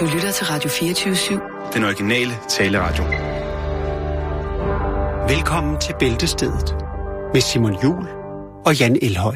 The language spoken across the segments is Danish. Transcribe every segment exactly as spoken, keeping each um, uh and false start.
Du lytter til Radio fireogtyve syv. Den originale taleradio. Velkommen til Bæltestedet med Simon Juhl og Jan Elhøj.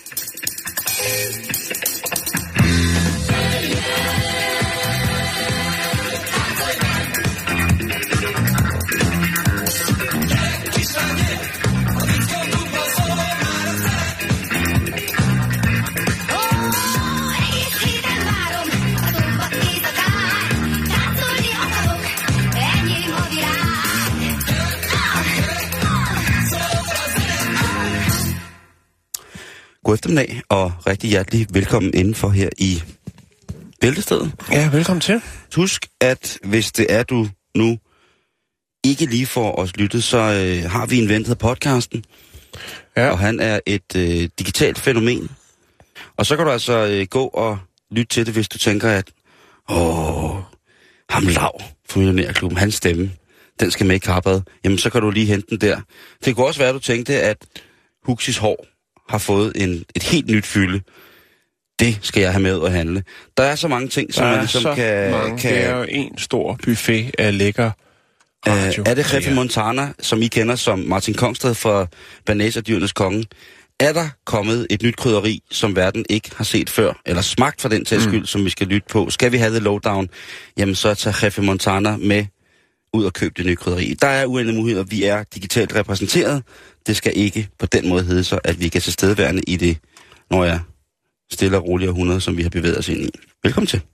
God eftermiddag, og rigtig hjertelig velkommen indenfor her i Bæltestedet. Ja, velkommen til. Husk, at hvis det er, du nu ikke lige får os lyttet, så øh, har vi en ven, der hedder Podcasten. Ja. Og han er et øh, digitalt fænomen. Og så kan du altså øh, gå og lytte til det, hvis du tænker, at åh, ham Lav fra Millionærklubben, hans stemme, den skal med i kappet. Jamen, så kan du lige hente den der. Det kunne også være, at du tænkte, at Huxis hår har fået en, et helt nyt fylde. Det skal jeg have med at handle. Der er så mange ting, som man ligesom så kan... Mange. kan Det er jo en stor buffet af lækker radio. Øh, er det Jefe Montana, som I kender som Martin Kongstad fra Banæs og Dyrenes Konge? Er der kommet et nyt krydderi, som verden ikke har set før? Eller smagt for den til skyld, mm. som vi skal lytte på? Skal vi have the lowdown? Jamen så tager Jefe Montana med ud og købe det nye krydderi. Der er uendelige muligheder. Vi er digitalt repræsenteret. Det skal ikke på den måde hedde så, at vi kan tilstedeværende i det, når jeg stille og roligt århundrede, som vi har bevæget os ind i. Velkommen til.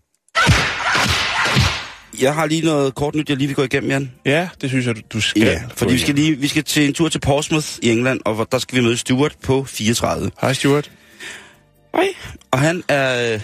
Jeg har lige noget kort nyt, jeg lige vil gå igennem, Jan. Ja, det synes jeg, du skal. Ja, fordi vi skal, lige, vi skal til en tur til Portsmouth i England, og der skal vi møde Stuart på fireogtredive. Hej, Stuart. Hej. Og han er...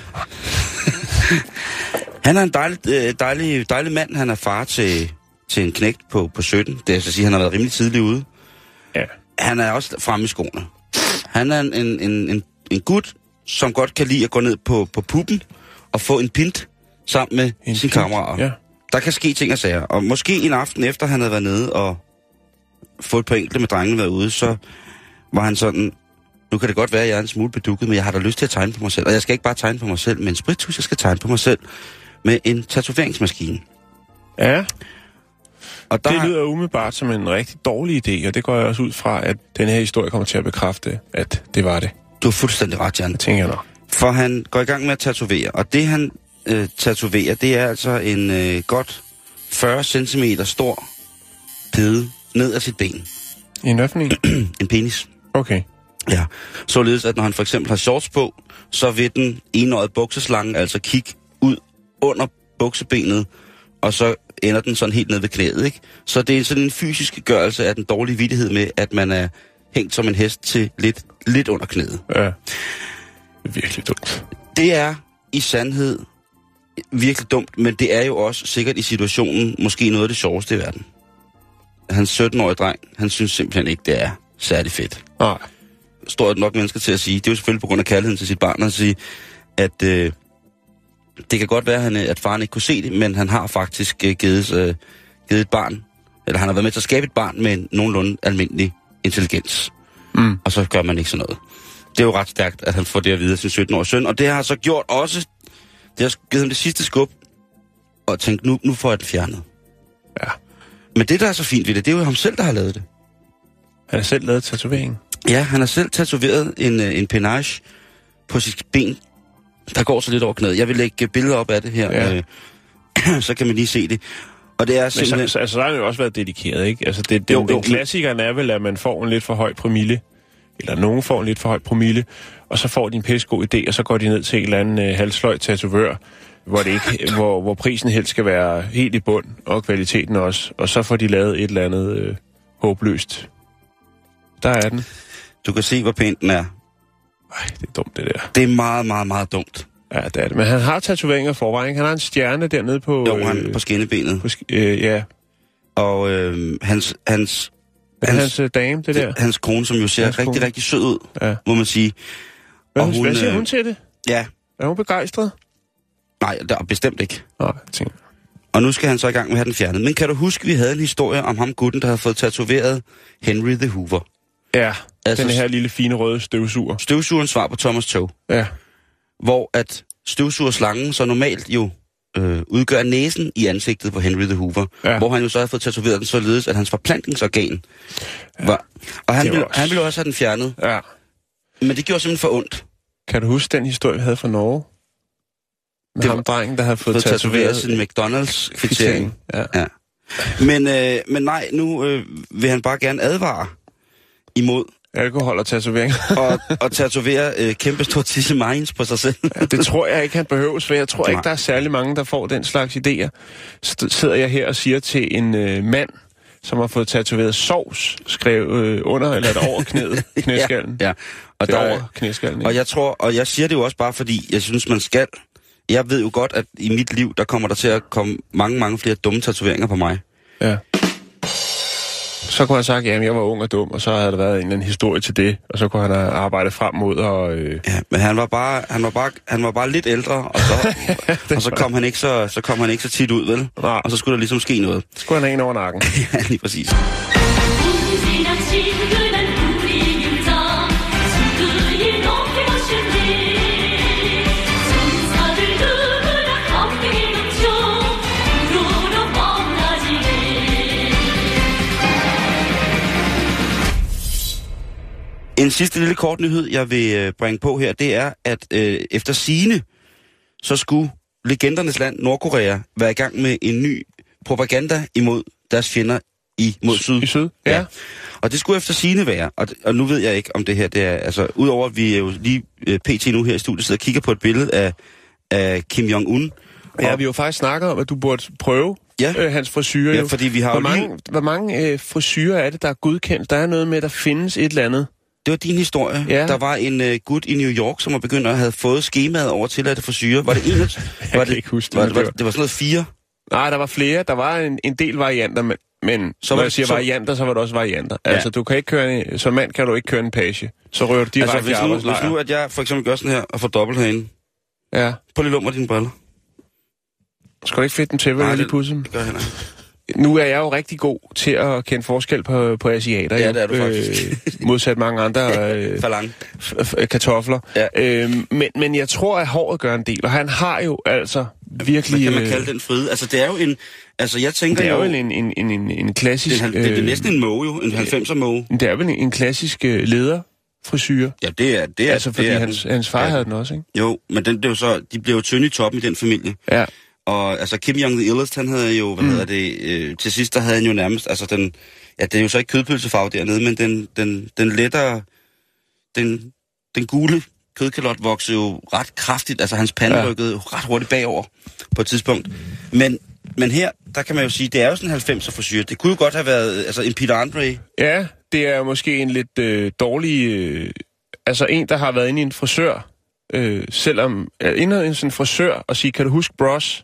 han er en dejlig, dejlig, dejlig mand. Han er far til, til en knægt på, på sytten. Det er så at sige, han har været rimelig tidligt ude. Ja. Han er også fremme i skoene. Han er en, en, en, en gut, som godt kan lide at gå ned på, på puben og få en pint sammen med en sine kammerater. Ja. Der kan ske ting og sager. Og måske en aften efter, han havde været nede og fået et par enkelte med drengene været ude, så var han sådan, nu kan det godt være, at jeg er en smule bedukket, men jeg har da lyst til at tegne på mig selv. Og jeg skal ikke bare tegne på mig selv med en sprittus, jeg skal tegne på mig selv med en tatoveringsmaskine. Ja. Og der... Det lyder umiddelbart som en rigtig dårlig idé, og det går jeg også ud fra, at den her historie kommer til at bekræfte, at det var det. Du har fuldstændig ret, Jan. Det tænker jeg nok. For han går i gang med at tatovere, og det han øh, tatoverer, det er altså en øh, godt fyrre centimeter stor pede ned ad sit ben. En hvad for en? En penis. Okay. Ja, således at når han for eksempel har shorts på, så vil den enøjede bukseslange altså kigge ud under buksebenet, og så ender den sådan helt ned ved knæet, ikke? Så det er sådan en fysisk gørelse af den dårlige vittighed med, at man er hængt som en hest til lidt, lidt under knæet. Ja, det er virkelig dumt. Det er i sandhed virkelig dumt, men det er jo også sikkert i situationen måske noget af det sjoveste i verden. Hans sytten-årige dreng, han synes simpelthen ikke, det er særlig fedt. Nej. Står nok mennesker til at sige, det er jo selvfølgelig på grund af kærligheden til sit barn, at sige, at øh, det kan godt være, at, han, at faren ikke kunne se det, men han har faktisk øh, givet, øh, givet et barn, eller han har været med til at skabe et barn med en nogenlunde almindelig intelligens. Mm. Og så gør man ikke sådan noget. Det er jo ret stærkt, at han får det at vide af sin sytten-årige søn, og det har så gjort også, det har givet ham det sidste skub, og tænkt, nu, nu får jeg det fjernet. Ja. Men det, der er så fint ved det, det er jo ham selv, der har lavet det. Han har selv lavet tatoveringen? Ja, han har selv tatoveret en, en penage på sit ben, der går så lidt over knæet. Jeg vil lægge billeder op af det her, ja. øh, så kan man lige se det. Og det er simpelthen... Men så, så, altså, så har det jo også været dedikeret, ikke? Altså, det, det, jo, den klassikeren er vel, at man får en lidt for høj promille, eller nogen får en lidt for høj promille, og så får de en pissegod idé, og så går de ned til en eller anden øh, halvsløj tatovør, hvor, det ikke, hvor, hvor prisen helst skal være helt i bund, og kvaliteten også, og så får de lavet et eller andet øh, håbløst. Der er den. Du kan se, hvor pænt den er. Ej, det er dumt, det der. Det er meget, meget, meget dumt. Ja, det er det. Men han har tatoveringer forvejen. Han har en stjerne dernede på... Jo, han øh, på skinnebenet. På sk- øh, ja. Og øh, hans... hans Hans, hans øh, dame, det der. Hans kone, som jo ser hans rigtig, kone. rigtig sød ud, ja. Må man sige. Hvad, og hun, hvad siger øh, hun til det? Ja. Er hun begejstret? Nej, der er bestemt ikke. Nej, jeg tænker. Og nu skal han så i gang med at have den fjernet. Men kan du huske, vi havde en historie om ham gutten, der havde fået tatoveret Henry the Hoover? Ja, altså, den her lille fine røde støvsuger. Støvsugerens svar på Thomas Tog. Ja. Hvor at støvsugerslangen så normalt jo øh, udgør næsen i ansigtet på Henry the Hoover, ja. Hvor han jo så havde fået tatoveret den således, at hans forplantningsorgan ja. var... Og han ville, også... han ville også have den fjernet. Ja. Men det gjorde simpelthen for ondt. Kan du huske den historie, vi havde fra Norge? Med det ham drengen, der havde fået, fået tatoveret, tatoveret sin McDonald's-kvittering. Ja. Ja. Men, øh, men nej, nu øh, vil han bare gerne advare imod... alkohol og tatovering. og, og tatovere øh, kæmpe store tissemajens på sig selv. Ja, det tror jeg ikke, han behøves, for jeg tror nej. ikke, der er særlig mange, der får den slags idéer. Så sidder jeg her og siger til en øh, mand, som har fået tatoveret sovs, skrev øh, under eller et over knæet, knæskallen. ja, ja. Og det der, over knæskallen. Og jeg tror, og jeg siger det jo også bare, fordi jeg synes, man skal. Jeg ved jo godt, at i mit liv, der kommer der til at komme mange, mange flere dumme tatoveringer på mig. Ja. Så kunne han sagt, at jeg var ung og dum, og så havde der været en eller anden historie til det, og så kunne han have arbejdet frem mod og... Øh... Ja, men han var bare, han var bare, han var bare lidt ældre, og så, og så kom han ikke så, så kom han ikke så tit ud, vel? Nej. Og så skulle der ligesom ske noget. Så skulle han have en over nakken. Ja, lige præcis. En sidste lille kort nyhed, jeg vil øh, bringe på her, det er, at øh, efter sigende, så skulle legendernes land, Nordkorea, være i gang med en ny propaganda imod deres fjender i mod syd. I syd, ja. ja. Og det skulle efter sigende være, og, og nu ved jeg ikke, om det her, det er, altså, udover at vi jo lige øh, pt. Nu her i studiet sidder og kigger på et billede af, af Kim Jong-un. Ja, vi har jo faktisk snakket om, at du burde prøve ja. øh, hans frisyrer. Ja, fordi vi har hvor mange, lige... hvor mange øh, frisyrer er det, der er godkendt? Der er noget med, at der findes et eller andet. Det var din historie. Ja. Der var en uh, gut i New York, som var begyndt at have fået skemaet over tilladte frisyrer. Var det en? Jeg var kan det, ikke huske var, det. Var, var, det var sådan noget fire? Nej, der var flere. Der var en, en del varianter, men, men så når jeg siger så... varianter, så var der også varianter. Ja. Altså, du kan ikke køre en, som mand kan du ikke køre en page. Så rører du direkte altså, i arbejdslejr. Hvis nu, at jeg for eksempel gør sådan her og får dobbelt herinde. Ja. Prøv lige lummer dine briller. Skal du ikke fedte dem til, hvad jeg lige pudse dem? Det gør jeg heller ikke. Nu er jeg jo rigtig god til at kende forskel på, på asiater. Ja, det er du faktisk. Øh, modsat mange andre øh, f- f- kartofler. Ja. Øh, men, men jeg tror, at håret gør en del, og han har jo altså virkelig... Hvad kan man kalde den fride? Altså, det er jo en... Altså, jeg tænker det er jo, jo en, en, en, en, en klassisk... Det er, det er næsten en måge jo, en halvfemser måge. Det er vel en, en klassisk uh, lederfrisyre. Ja, det er... Det er altså, fordi det er hans, hans far ja. havde den også, ikke? Jo, men den, det er jo så, de blev jo tynde i toppen i den familie. Ja. Og altså Kim Jong the Illest, han havde jo, hvad mm. hedder det, øh, til sidst der havde han jo nærmest, altså den, ja det er jo så ikke kødpølsefarve dernede, men den, den, den lettere, den, den gule kødkalot voksede jo ret kraftigt, altså hans pande ja. rykkede ret hurtigt bagover på et tidspunkt. Men, men her, der kan man jo sige, det er jo sådan en halvfemser frisyre. Det kunne jo godt have været, altså en Peter Andre. Ja, det er måske en lidt øh, dårlig, øh, altså en, der har været inde i en frisør, Øh, selvom jeg øh, indad en sådan frisør og sige, kan du huske Bros?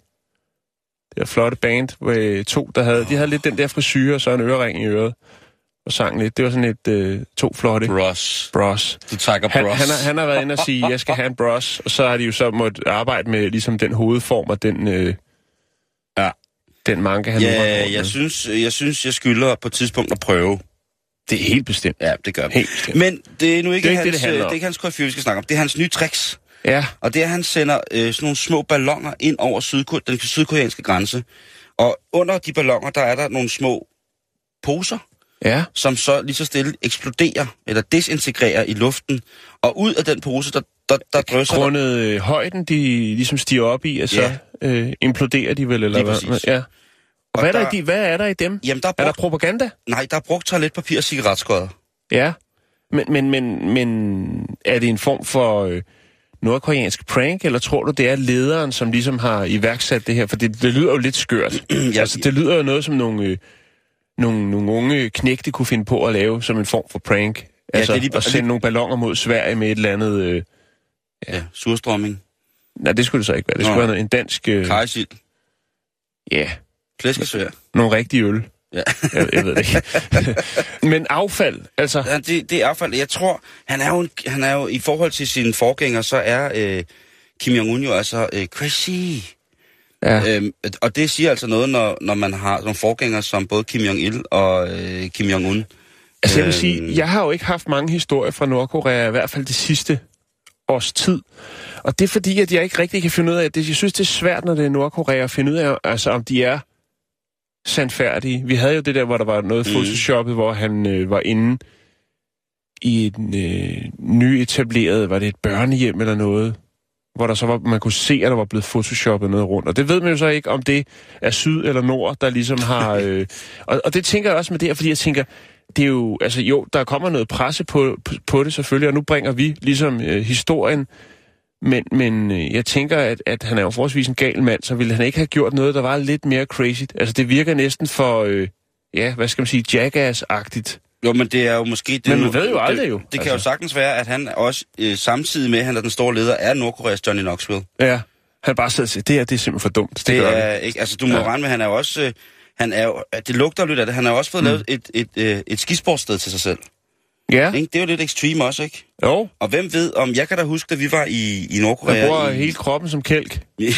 Det er flotte band, hvor to, der havde, oh. de havde lidt den der frisyre og så en ørering i øret og sang lidt. Det var sådan et øh, to flotte. Bros. Bros. Du takker han, Bros. Han, han, han har været inde og sige, jeg skal have en Bros, og så har de jo så måttet arbejde med ligesom den hovedform og den, øh, ja. den manke, han ja, nu har jeg med. synes, jeg synes, jeg skylder på et tidspunkt at prøve. Det er helt bestemt. Ja, det gør helt bestemt. Men det er nu ikke, det er hans, ikke det, det, det er ikke hans koreografi, vi skal snakke om. Det er hans nye tricks. Ja. Og det er, at han sender øh, sådan nogle små balloner ind over sydko- den sydkoreanske grænse. Og under de balloner, der er der nogle små poser, ja. som så lige så stille eksploderer eller desintegrerer i luften. Og ud af den pose, der, der, der drøser Grundet der... højden, de ligesom stiger op i, og så ja. øh, imploderer de vel, eller hvad? Ja. Og, og hvad, der, er der i de, hvad er der i dem? Jamen, der er, brugt, er der propaganda? Nej, der er brugt toiletpapir og cigaretskodder. Ja, men, men, men, men er det en form for øh, nordkoreansk prank, eller tror du, det er lederen, som ligesom har iværksat det her? For det, det lyder jo lidt skørt. ja, altså, det lyder jo noget, som nogle, øh, nogle, nogle unge knægte kunne finde på at lave som en form for prank. Altså, ja, det er lige, at sende lige... nogle balloner mod Sverige med et eller andet... Øh, ja, ja, surstrømming. Nej, det skulle det så ikke være. Det skulle Nå. være noget, en dansk... Øh... Kajsild. Ja. Flæskesvær. Nogle rigtige øl. Ja. jeg, jeg ved det ikke. Men affald, altså... Ja, det, det er affald. Jeg tror, han er, jo en, han er jo, i forhold til sine forgængere, så er øh, Kim Jong-un jo altså øh, crazy. Ja. Øhm, og det siger altså noget, når, når man har nogle forgængere som både Kim Jong-il og øh, Kim Jong-un. Altså jeg vil sige, jeg har jo ikke haft mange historier fra Nordkorea, i hvert fald det sidste års tid. Og det er fordi, at jeg ikke rigtig kan finde ud af, at det, jeg synes, det er svært, når det er Nordkorea, at finde ud af, altså, om de er sandfærdige. Vi havde jo det der, hvor der var noget photoshoppet, mm. hvor han øh, var inde i en øh, nyetableret, var det et børnehjem eller noget, hvor der så var, man kunne se, at der var blevet photoshoppet noget rundt. Og det ved man jo så ikke, om det er syd eller nord, der ligesom har... Øh, og, og det tænker jeg også med det her, fordi jeg tænker, det er jo... Altså jo, der kommer noget presse på, på, på det selvfølgelig, og nu bringer vi ligesom øh, historien. Men, men øh, jeg tænker, at, at han er jo forholdsvis en gal mand, så ville han ikke have gjort noget, der var lidt mere crazy. Altså det virker næsten for... Øh, ja, hvad skal man sige, jackass-agtigt. Jo, men det er jo måske... Det, men man ved jo aldrig det, jo. Det kan altså. jo sagtens være, at han også øh, samtidig med, at han er den store leder, er Nordkoreas Johnny Knoxville. Ja, han bare sidder og siger, det her, det er simpelthen for dumt. Det, det gør er det. ikke... Altså, du må ja. regne med, han er jo også... Øh, han er jo, det lugter lidt af det. Han har jo også fået mm. lavet et, et, et, et skisportssted til sig selv. Ja. Ikke? Det er jo lidt extreme også, ikke? Jo. Og hvem ved, om... Jeg kan da huske, da vi var i, i Nordkorea... Han bruger i, hele kroppen som kælk.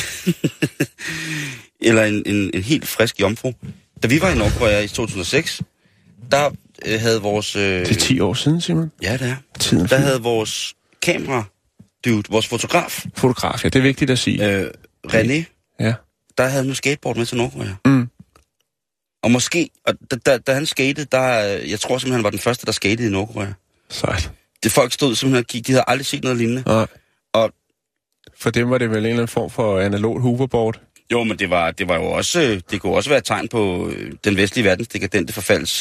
Eller en, en, en helt frisk jomfru. Da vi var i Nordkorea i to tusind og seks, der øh, havde vores... Øh, det er ti år siden, Simon. Ja, det er. Tiden der havde vores kamera, dude, vores fotograf... Fotograf, ja, det er vigtigt at sige. Øh, René, ja. Der havde han jo skateboard med til Nordkorea. Mm. Og måske, og da, da, da han skatede, der, jeg tror simpelthen, han var den første, der skatede i Nordkorea. Sejt. Det folk stod simpelthen og kiggede, de havde aldrig set noget lignende. Nej. Og for dem var det vel en eller anden form for analogt hoverboard? Jo, men det var, det var jo også, det kunne også være et tegn på den vestlige verdens dekadente forfalds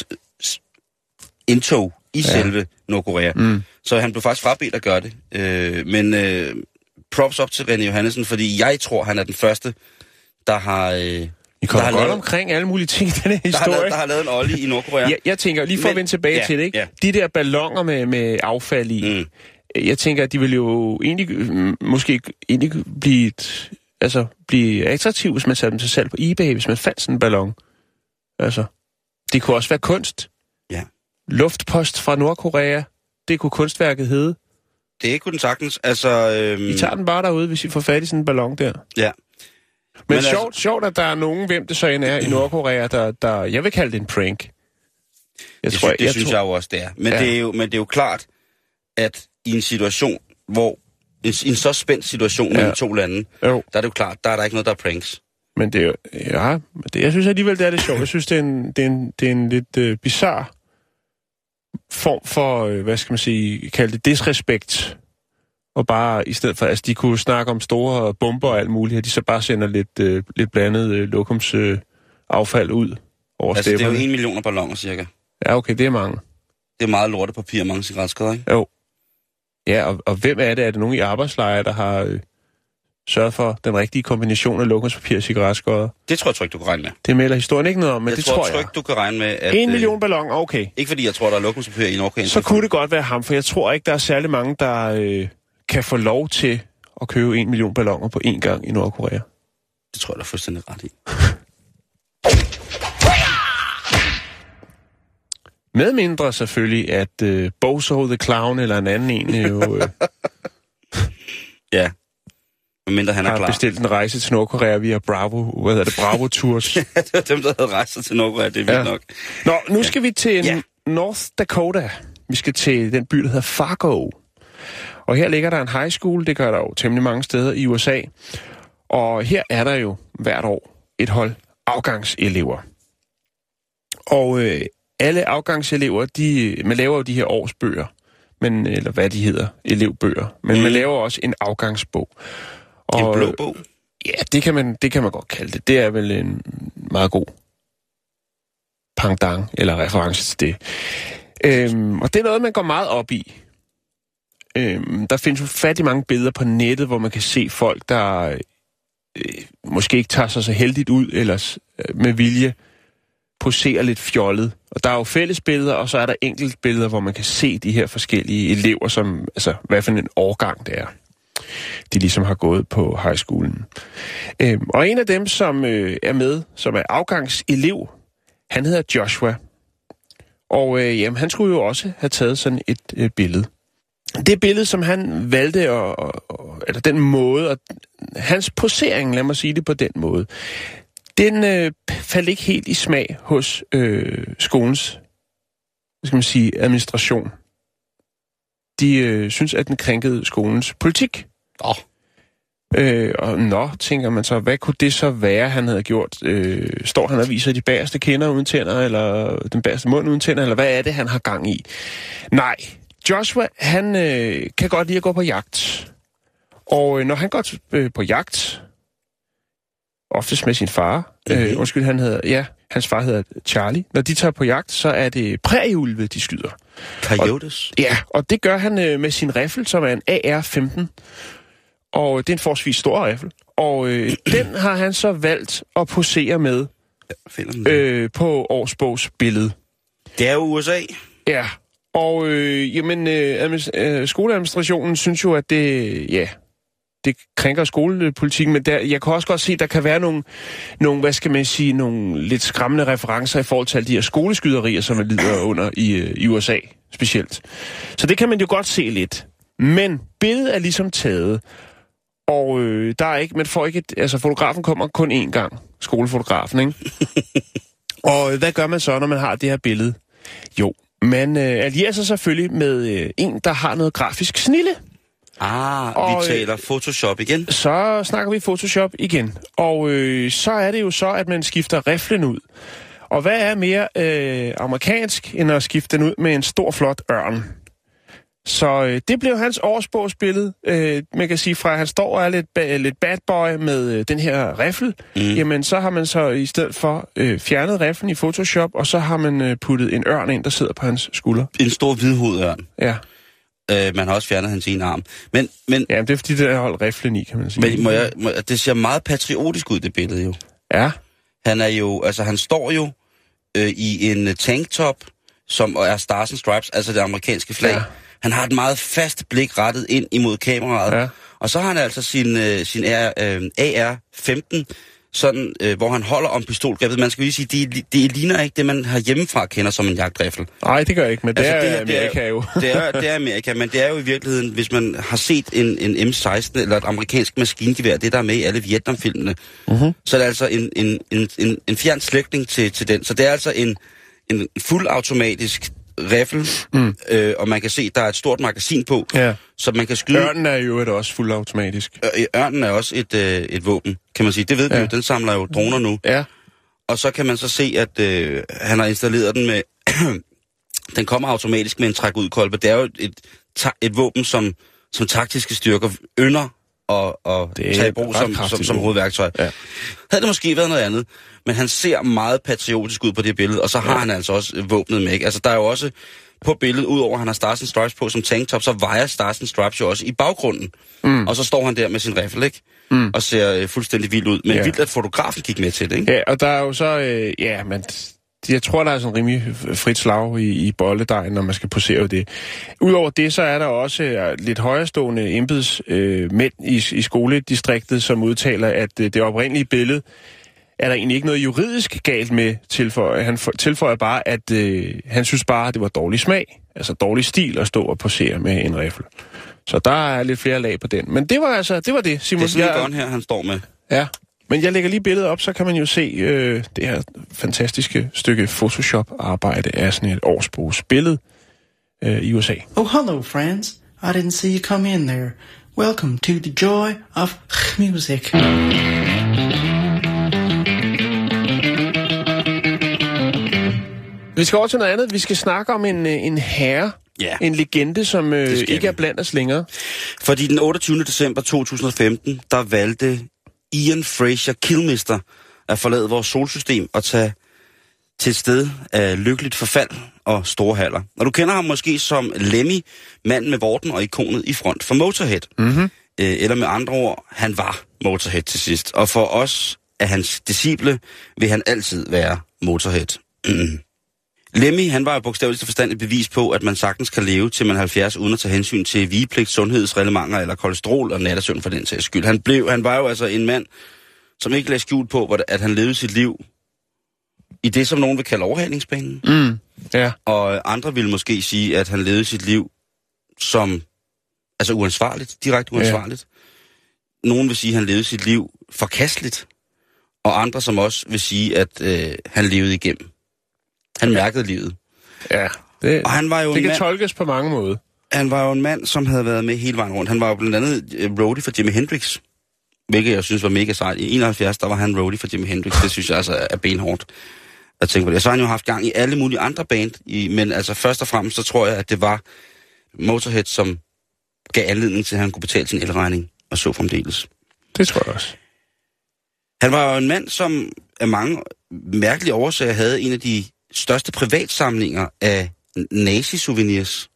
indtog i ja. selve Nordkorea. Mm. Så han blev faktisk frabedt at gøre det. Øh, men øh, props op til René Johannessen, fordi jeg tror, han er den første, der har... Øh, I kommer godt lavet, omkring alle mulige ting i denne historie. Der har lavet, der har lavet en ollie i Nordkorea. jeg, jeg tænker, lige for men, at vende tilbage ja, til det, ikke? Ja. De der balloner med, med affald i, mm. jeg tænker, at de vil jo egentlig, måske egentlig blive, et, altså, blive attraktive, hvis man satte dem til salg på eBay, hvis man fandt sådan en ballon. Altså, det kunne også være kunst. Ja. Luftpost fra Nordkorea, det kunne kunstværket hedde. Det kunne den sagtens, altså... Øhm... I tager den bare derude, hvis I får fat i sådan en ballon der. Ja. Men, Men sjovt, altså... sjovt, at der er nogen, hvem det så end er i Nordkorea, der, der... Jeg vil kalde det en prank. Jeg det tror, synes, det jeg synes tror... jeg jo også, det er. Men, ja. det er jo, men det er jo klart, at i en situation, hvor... En, en så spændt situation mellem ja. to lande, jo. Der er det jo klart, der er der ikke noget, der er pranks. Men det er jo... Ja, det, jeg synes alligevel, det er det sjovt. Jeg synes, det er en, det er en, det er en lidt uh, bizarre form for, uh, hvad skal man sige, kalde det disrespekt. Og bare, i stedet for, altså de kunne snakke om store bomber og alt muligt, og de så bare sender lidt, øh, lidt blandet øh, lokumsaffald øh, ud over altså, stemmerne. Det er jo en million balloner, cirka. Ja, okay, det er mange. Det er meget lortepapir og mange cigaretskeder, ikke? Jo. Ja, og, og hvem er det? Er det nogen i arbejdslejre, der har øh, sørget for den rigtige kombination af lokumspapir og cigaretskeder? Det tror jeg ikke, du kan regne med. Det melder historien ikke noget om, men jeg det tror, tror jeg. Jeg tror ikke, du kan regne med, at... En million balloner, okay. Ikke fordi jeg tror, der er lokumspapir i Nordkorea. Så kunne det godt være ham, for jeg tror ikke, der er særlig mange, der... Øh, kan få lov til at købe en million balloner på én gang i Nordkorea. Det tror jeg, der er fuldstændig ret i. Med mindre selvfølgelig, at uh, Bozo the Clown eller en anden en jo... Uh, ja, mindre han er har klar. bestilt en rejse til Nordkorea via Bravo, hvad hedder det, Bravo Tours. Ja, det var dem, der havde rejst til Nordkorea, det er vildt ja. nok. Nå, nu skal ja. vi til ja. North Dakota. Vi skal til den by, der hedder Fargo. Og her ligger der en high school, det gør der jo temmelig mange steder i U S A. Og her er der jo hvert år et hold afgangselever. Og øh, alle afgangselever, de, man laver jo de her årsbøger, men, eller hvad de hedder, elevbøger. Men mm. man laver også en afgangsbog. Og, en blå bog? Ja, det kan, man, det kan man godt kalde det. Det er vel en meget god pendant, eller reference til det. Øhm, og det er noget, man går meget op i. Øhm, der findes jo fattig mange billeder på nettet, hvor man kan se folk, der øh, måske ikke tager sig så heldigt ud, eller øh, med vilje poserer lidt fjollet. Og der er jo fælles billeder, og så er der enkelte billeder, hvor man kan se de her forskellige elever, som, altså hvad for en årgang det er, de ligesom har gået på high schoolen. Øhm, og en af dem, som øh, er med, som er afgangselev, han hedder Joshua. Og øh, jamen, han skulle jo også have taget sådan et øh, billede. Det billede, som han valgte, og, og, eller den måde, og hans posering, lad mig sige det på den måde, den øh, faldt ikke helt i smag hos øh, skolens, hvad skal man sige, administration. de øh, synes, at den krænkede skolens politik. Åh. Øh, og nå, tænker man så, hvad kunne det så være, han havde gjort? Øh, står han og viser de bagerste kinder uden tænder, eller den bagerste mund uden tænder, eller hvad er det, han har gang i? Nej, Joshua, han øh, kan godt lide at gå på jagt. Og øh, når han går t- øh, på jagt, oftest med sin far, mm-hmm. øh, undskyld, han hedder, ja, hans far hedder Charlie. Når de tager på jagt, så er det prærieulve, de skyder. Coyotes? Og, ja, og det gør han øh, med sin riffel, som er en A R femten. Og det er en forholdsvis stor riffel. Og øh, den har han så valgt at posere med øh, på årsbogs billede. Det er jo U S A. Ja, og øh, jamen, øh, øh, skoleadministrationen synes jo, at det, ja, det krænker skolepolitikken, men der, jeg kan også godt se, at der kan være nogle, nogle, hvad skal man sige, nogle lidt skræmmende referencer i forhold til alle de her skoleskyderier, som er lider under i, i U S A specielt. Så det kan man jo godt se lidt. Men billedet er ligesom taget, og øh, der er ikke, man får ikke et, altså fotografen kommer kun én gang, skolefotografen, ikke? Og hvad gør man så, når man har det her billede? Jo, man øh, allierer sig selvfølgelig med øh, en, der har noget grafisk snilde. Ah, og, vi taler Photoshop igen. Så snakker vi Photoshop igen. Og øh, så er det jo så, at man skifter riflen ud. Og hvad er mere øh, amerikansk, end at skifte den ud med en stor, flot ørn? Så øh, det blev hans årsbogsbillede. Øh, man kan sige, fra at han står og er lidt, ba- lidt bad boy med øh, den her riffel, mm. jamen så har man så i stedet for øh, fjernet rifflen i Photoshop, og så har man øh, puttet en ørn ind, der sidder på hans skulder. En stor hvidhovedørn. Ja. Øh, man har også fjernet hans ene arm. Men, men, ja, det er fordi, det har holdt riflen i, kan man sige. Men må jeg, må, det ser meget patriotisk ud, det billede jo. Ja. Han er jo, altså han står jo øh, i en tanktop, som er Stars and Stripes, altså det amerikanske flag. Ja. Han har et meget fast blik rettet ind imod kameraet. Ja. Og så har han altså sin, øh, sin øh, A R femten, sådan, øh, hvor han holder om pistolgrebet. Man skal lige sige, det, det ligner ikke det, man har hjemmefra kender som en jagtriffel. Nej, det gør jeg ikke, men det, altså, er, det, her, Amerika det er jo. det, er, det er Amerika, men det er jo i virkeligheden, hvis man har set en, en M seksten eller et amerikansk maskingevær, det der er med i alle Vietnamfilmene, uh-huh. så er det altså en, en, en, en, en fjern slægtning til, til den. Så det er altså en, en fuldautomatisk riffel, mm. øh, og man kan se, der er et stort magasin på, ja. Så man kan skyde... Ørnen er jo et også fuldautomatisk. Ørnen er også et, øh, et våben, kan man sige. Det ved vi ja. jo, den samler jo droner nu. Ja. Og så kan man så se, at øh, han har installeret den med... den kommer automatisk med en træk-ud-kolbe. Det er jo et, et, et våben, som, som taktiske styrker ynder og, og tage i brug som, som, som hovedværktøj. Ja. Havde det måske været noget andet, men han ser meget patriotisk ud på det billede, og så har ja. han altså også våbnet med. Ikke? Altså, der er jo også på billedet, udover at han har Stars and Stripes på som tanktop, så vejer Stars and Stripes jo også i baggrunden. Mm. Og så står han der med sin riffel, ikke? Mm. Og ser øh, fuldstændig vild ud. Men ja. vildt, at fotografen gik med til det, ikke? Ja, og der er jo så... Øh, ja, men... Jeg tror, der er sådan rimelig frit slag i, i bolledejen, når man skal posere det. Udover det, så er der også uh, lidt højrestående embedsmænd uh, mænd i, i skoledistriktet, som udtaler, at uh, det oprindelige billede er der egentlig ikke noget juridisk galt med. Tilføjer. Han for, tilføjer bare, at uh, han synes bare, at det var dårlig smag, altså dårlig stil at stå og posere med en riffel. Så der er lidt flere lag på den. Men det var altså, det var det, Simon. Det er sådan en gun her, han står med. Ja. Men jeg lægger lige billedet op, så kan man jo se øh, det her fantastiske stykke Photoshop-arbejde af sådan et årsbogsbillede øh, i U S A. Oh, hello, friends. I didn't see you come in there. Welcome to the joy of music. Vi skal over til noget andet. Vi skal snakke om en, en herre, yeah. en legende, som øh, ikke er blandt os længere. Fordi den otteogtyvende december to tusind og femten, der valgte Ian Fraser Kilmister at forlade vores solsystem og tage til et sted af lykkeligt forfald og store haller. Og du kender ham måske som Lemmy, manden med vorten og ikonet i front for Motorhead. Mm-hmm. Øh, eller med andre ord, han var Motorhead til sidst. Og for os, af hans disciple, vil han altid være Motorhead. Mm. Lemmy, han var jo bogstaveligt forstand et bevis på, at man sagtens kan leve til man halvfjerds uden at tage hensyn til vigepligt, sundhedsreglementer eller kolesterol og nattesøvn for den sags skyld. Han, blev, han var jo altså en mand, som ikke lagde skjult på, at han levede sit liv i det, som nogen vil kalde overhalingsbanen. Mm. Ja. Og andre vil måske sige, at han levede sit liv som altså uansvarligt, direkte uansvarligt. Ja. Nogen vil sige, at han levede sit liv forkasteligt, og andre som også vil sige, at øh, han levede igennem. Han mærkede livet. Ja, det, og han var jo det kan mand, tolkes på mange måder. Han var jo en mand, som havde været med hele vejen rundt. Han var jo blandt andet roadie for Jimi Hendrix, hvilket jeg synes var mega sejt. I enoghalvfjerds, der var han roadie for Jimi Hendrix. Det synes jeg altså er benhårdt at tænke på det. Så har han jo haft gang i alle mulige andre band, i, men altså først og fremmest, så tror jeg, at det var Motorhead, som gav anledning til, at han kunne betale sin elregning, og så fremdeles. Det tror jeg også. Han var jo en mand, som af mange mærkelige årsager havde en af de største privatsamlinger af nazi-souvenirs.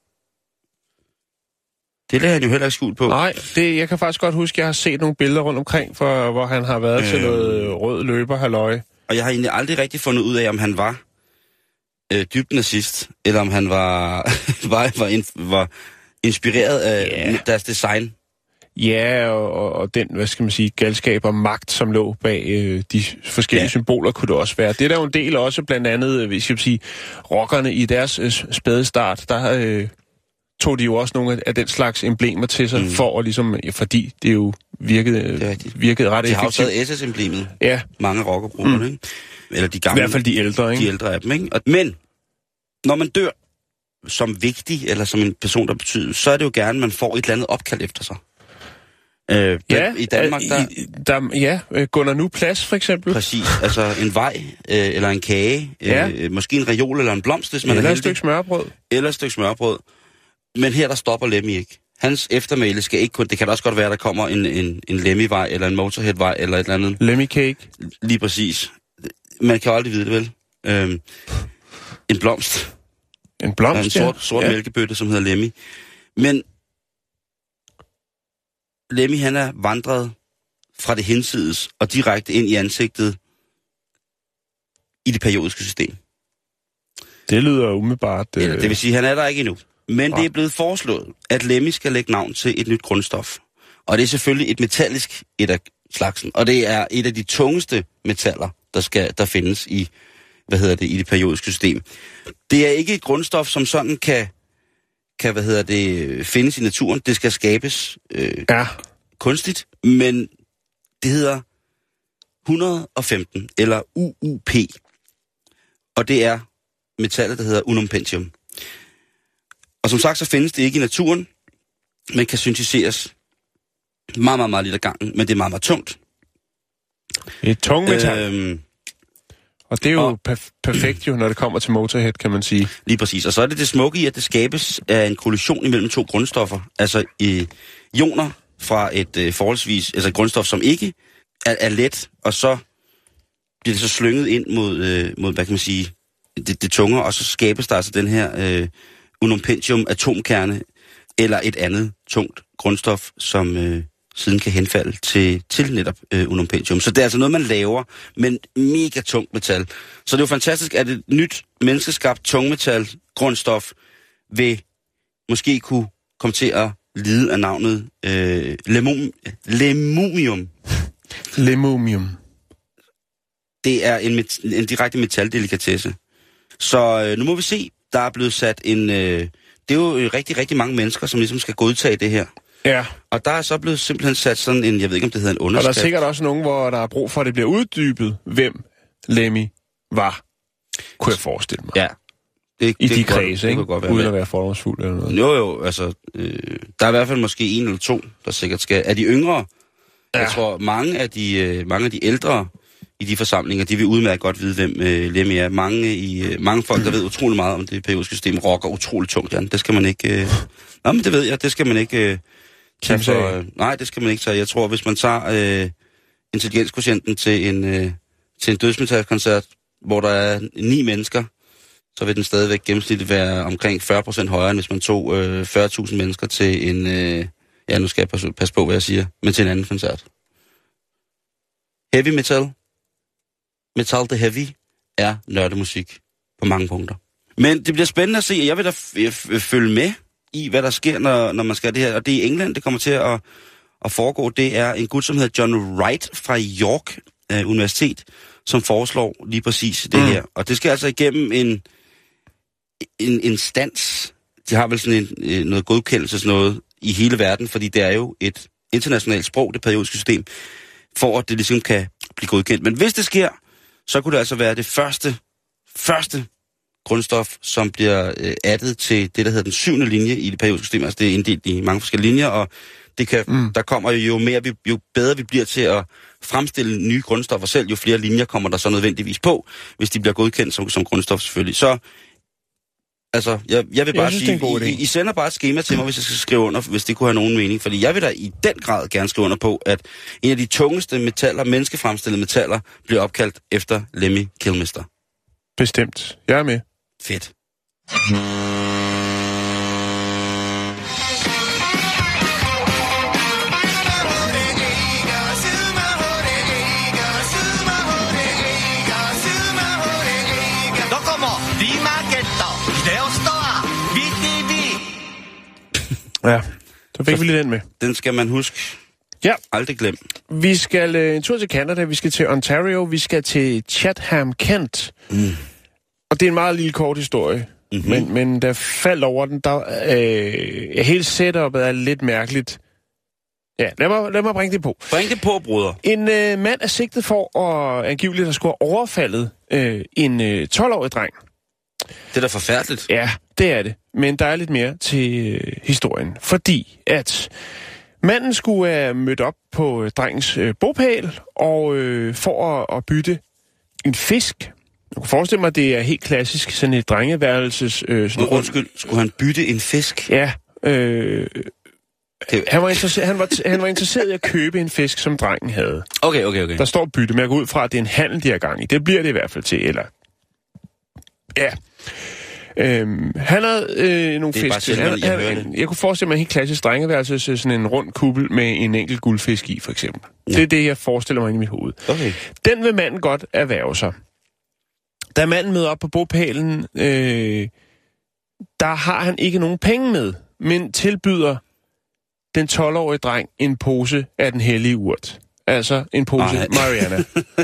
Det lader han jo heller ikke skjult på. Nej, det, jeg kan faktisk godt huske, at jeg har set nogle billeder rundt omkring, for, hvor han har været øh, til noget rød løber-halløj. Og jeg har egentlig aldrig rigtig fundet ud af, om han var øh, dybt nazist, eller om han var, var, var, in, var inspireret af yeah. deres design. Ja, og, og den, hvad skal man sige, galskab og magt, som lå bag øh, de forskellige ja. symboler, kunne det også være. Det er der jo en del også, blandt andet, hvis jeg vil sige, rockerne i deres øh, spæde start, der øh, tog de jo også nogle af den slags emblemer til sig, mm. for at ligesom, ja, fordi det jo virkede, det virkede ret effektivt. De har jo taget S S-emblemet, ja. mange rockergrupper, mm. ikke? Eller de gamle. I hvert fald de ældre, ikke? De ældre af dem, ikke? Og, men, når man dør som vigtig, eller som en person, der betyder, så er det jo gerne, at man får et eller andet opkald efter sig. Øh, ja, i Danmark, der... I, der ja, Gunnar Nu Plads, for eksempel. Præcis, altså en vej, øh, eller en kage, ja. øh, måske en reol eller en blomst, hvis man eller er heldig. Eller et stykke smørbrød. Eller et stykke smørbrød. Men her, der stopper Lemmy ikke. Hans eftermæle skal ikke kun... Det kan da også godt være, der kommer en, en, en Lemmy-vej, eller en Motorhead-vej, eller et eller andet. Lemmy Cake. Lige præcis. Man kan jo aldrig vide det, vel? Øhm, en blomst. En blomst, En sort, sort ja. mælkebøtte, som hedder Lemmy. Men Lemmy, han er vandret fra det hinsides og direkte ind i ansigtet i det periodiske system. Det lyder umiddelbart... Øh... Eller, det vil sige, han er der ikke endnu. Men ja. det er blevet foreslået, at Lemmy skal lægge navn til et nyt grundstof. Og det er selvfølgelig et metallisk et af slagsen. Og det er et af de tungeste metaller, der, skal, der findes i, hvad hedder det, i det periodiske system. Det er ikke et grundstof, som sådan kan... kan, hvad hedder det, findes i naturen. Det skal skabes øh, ja. kunstigt, men det hedder et hundrede og femten, eller U U P. Og det er metallet, der hedder unum pentium. Og som sagt, så findes det ikke i naturen, men kan synteseres meget, meget, meget lidt ad gangen, men det er meget, meget tungt. Et tungt metal. Øhm, Og det er jo og, perf- perfekt jo, når det kommer til Motorhead, kan man sige. Lige præcis. Og så er det det smukke i, at det skabes af en kollision imellem to grundstoffer. Altså i ioner fra et øh, forholdsvis, altså et grundstof, som ikke er, er let, og så bliver det så slynget ind mod, øh, mod hvad kan man sige, det, det tunge, og så skabes der altså den her øh, unum pentium atomkerne, eller et andet tungt grundstof, som... Øh, siden kan henfalde til, til netop øh, unum pentium. Så det er altså noget, man laver, men mega tungt metal. Så det er jo fantastisk, at et nyt menneskeskabt tungmetal grundstof vil måske kunne komme til at lide af navnet øh, lemum, lemumium. Lemumium. Det er en, met, en direkte metaldelikatesse. Så øh, nu må vi se, der er blevet sat en... Øh, det er jo rigtig, rigtig mange mennesker, som ligesom skal godtage det her. Ja. Og der er så blevet simpelthen sat sådan en, jeg ved ikke om det hedder en underskrift. Og der er sikkert også nogen, hvor der er brug for, at det bliver uddybet, hvem Lemmy var, kunne jeg forestille mig. Ja. Det, I det de kredse, ikke? Godt være uden med. At være fordomsfuld eller noget. Jo, jo, altså, øh, der er i hvert fald måske en eller to, der sikkert skal. Er de yngre? Ja. Jeg tror, mange af de, øh, mange af de ældre i de forsamlinger, de vil udmærket godt vide, hvem øh, Lemmy er. Mange, i, øh, mange folk, der ved utrolig meget om det periodiske system, rocker utroligt tungt, Jan. Det skal man ikke... Øh... Nå, men det ved jeg, det skal man ikke... Øh... tage for, øh... Nej, det skal man ikke tage. Jeg tror, hvis man tager øh, intelligenskvotienten til en, øh, til en dødsmetalkoncert, hvor der er ni mennesker, så vil den stadigvæk gennemsnitligt være omkring fyrre procent højere, end hvis man tog øh, fyrre tusind mennesker til en... Øh... Ja, nu skal jeg passe, passe på, hvad jeg siger, men til en anden koncert. Heavy metal... Metal the Heavy er nørdemusik på mange punkter. Men det bliver spændende at se, og jeg vil da f- f- følge med i, hvad der sker, når, når man skal det her. Og det er i England, det kommer til at, at foregå. Det er en gut, som hedder John Wright fra York uh, Universitet, som foreslår lige præcis det mm. her. Og det skal altså igennem en, en instans. De har vel sådan en, noget godkendelse, sådan noget i hele verden, fordi det er jo et internationalt sprog, det periodiske system, for at det ligesom kan blive godkendt. Men hvis det sker, så kunne det altså være det første, første grundstof, som bliver øh, addet til det, der hedder den syvende linje i det periodiske system. Altså det er inddelt i mange forskellige linjer, og det kan, mm. der kommer jo mere, vi, jo bedre vi bliver til at fremstille nye grundstoffer selv, jo flere linjer kommer der så nødvendigvis på, hvis de bliver godkendt som, som grundstof selvfølgelig. Så, altså, jeg, jeg vil bare jeg synes, sige, I, I sender bare et skema til mig, hvis jeg skal skrive under, hvis det kunne have nogen mening. Fordi jeg vil da i den grad gerne skrive under på, at en af de tungeste metaller, menneskefremstillede metaller, bliver opkaldt efter Lemmy Kilmister. Bestemt. Jeg er med. Fedt. Ja, så fik så vi lige den med. Den skal man huske. Ja. Aldrig glem. Vi skal øh, en tur til Canada, vi skal til Ontario, vi skal til Chatham, Kent. Mm. Og det er en meget lille kort historie. Mm-hmm. Men, men der faldt over den, der øh, hele setupet er lidt mærkeligt. Ja, lad mig, lad mig bringe det på. Bring det på, bruder. En øh, mand er sigtet for at angiveligt at skulle have overfaldet øh, en øh, tolv-årig dreng. Det er da forfærdeligt. Ja, det er det. Men der er lidt mere til øh, historien. Fordi at manden skulle have mødt op på øh, drengens øh, bopæl og øh, for at, at bytte en fisk. Jeg kan forestille mig, at det er helt klassisk sådan et drengeværelses... Øh, sådan Undskyld, skulle han bytte en fisk? Ja. Øh, det... han, var interesseret, han, var t- han var interesseret i at købe en fisk, som drengen havde. Okay, okay, okay. Der står bytte, men jeg går ud fra, at det er en handel, de har gang i. Det bliver det i hvert fald til, eller... Ja. Øhm, han havde øh, nogle fisk. Selv, han, jeg, han, jeg kunne forestille mig en helt klassisk drengeværelse, sådan en rund kuppel med en enkelt guldfisk i, for eksempel. Ja. Det er det, jeg forestiller mig inde i mit hoved. Okay. Den vil manden godt erhverve sig. Da manden møder op på bopælen, øh, der har han ikke nogen penge med, men tilbyder den tolv-årige dreng en pose af den hellige urt. Altså en pose nej. Mariana.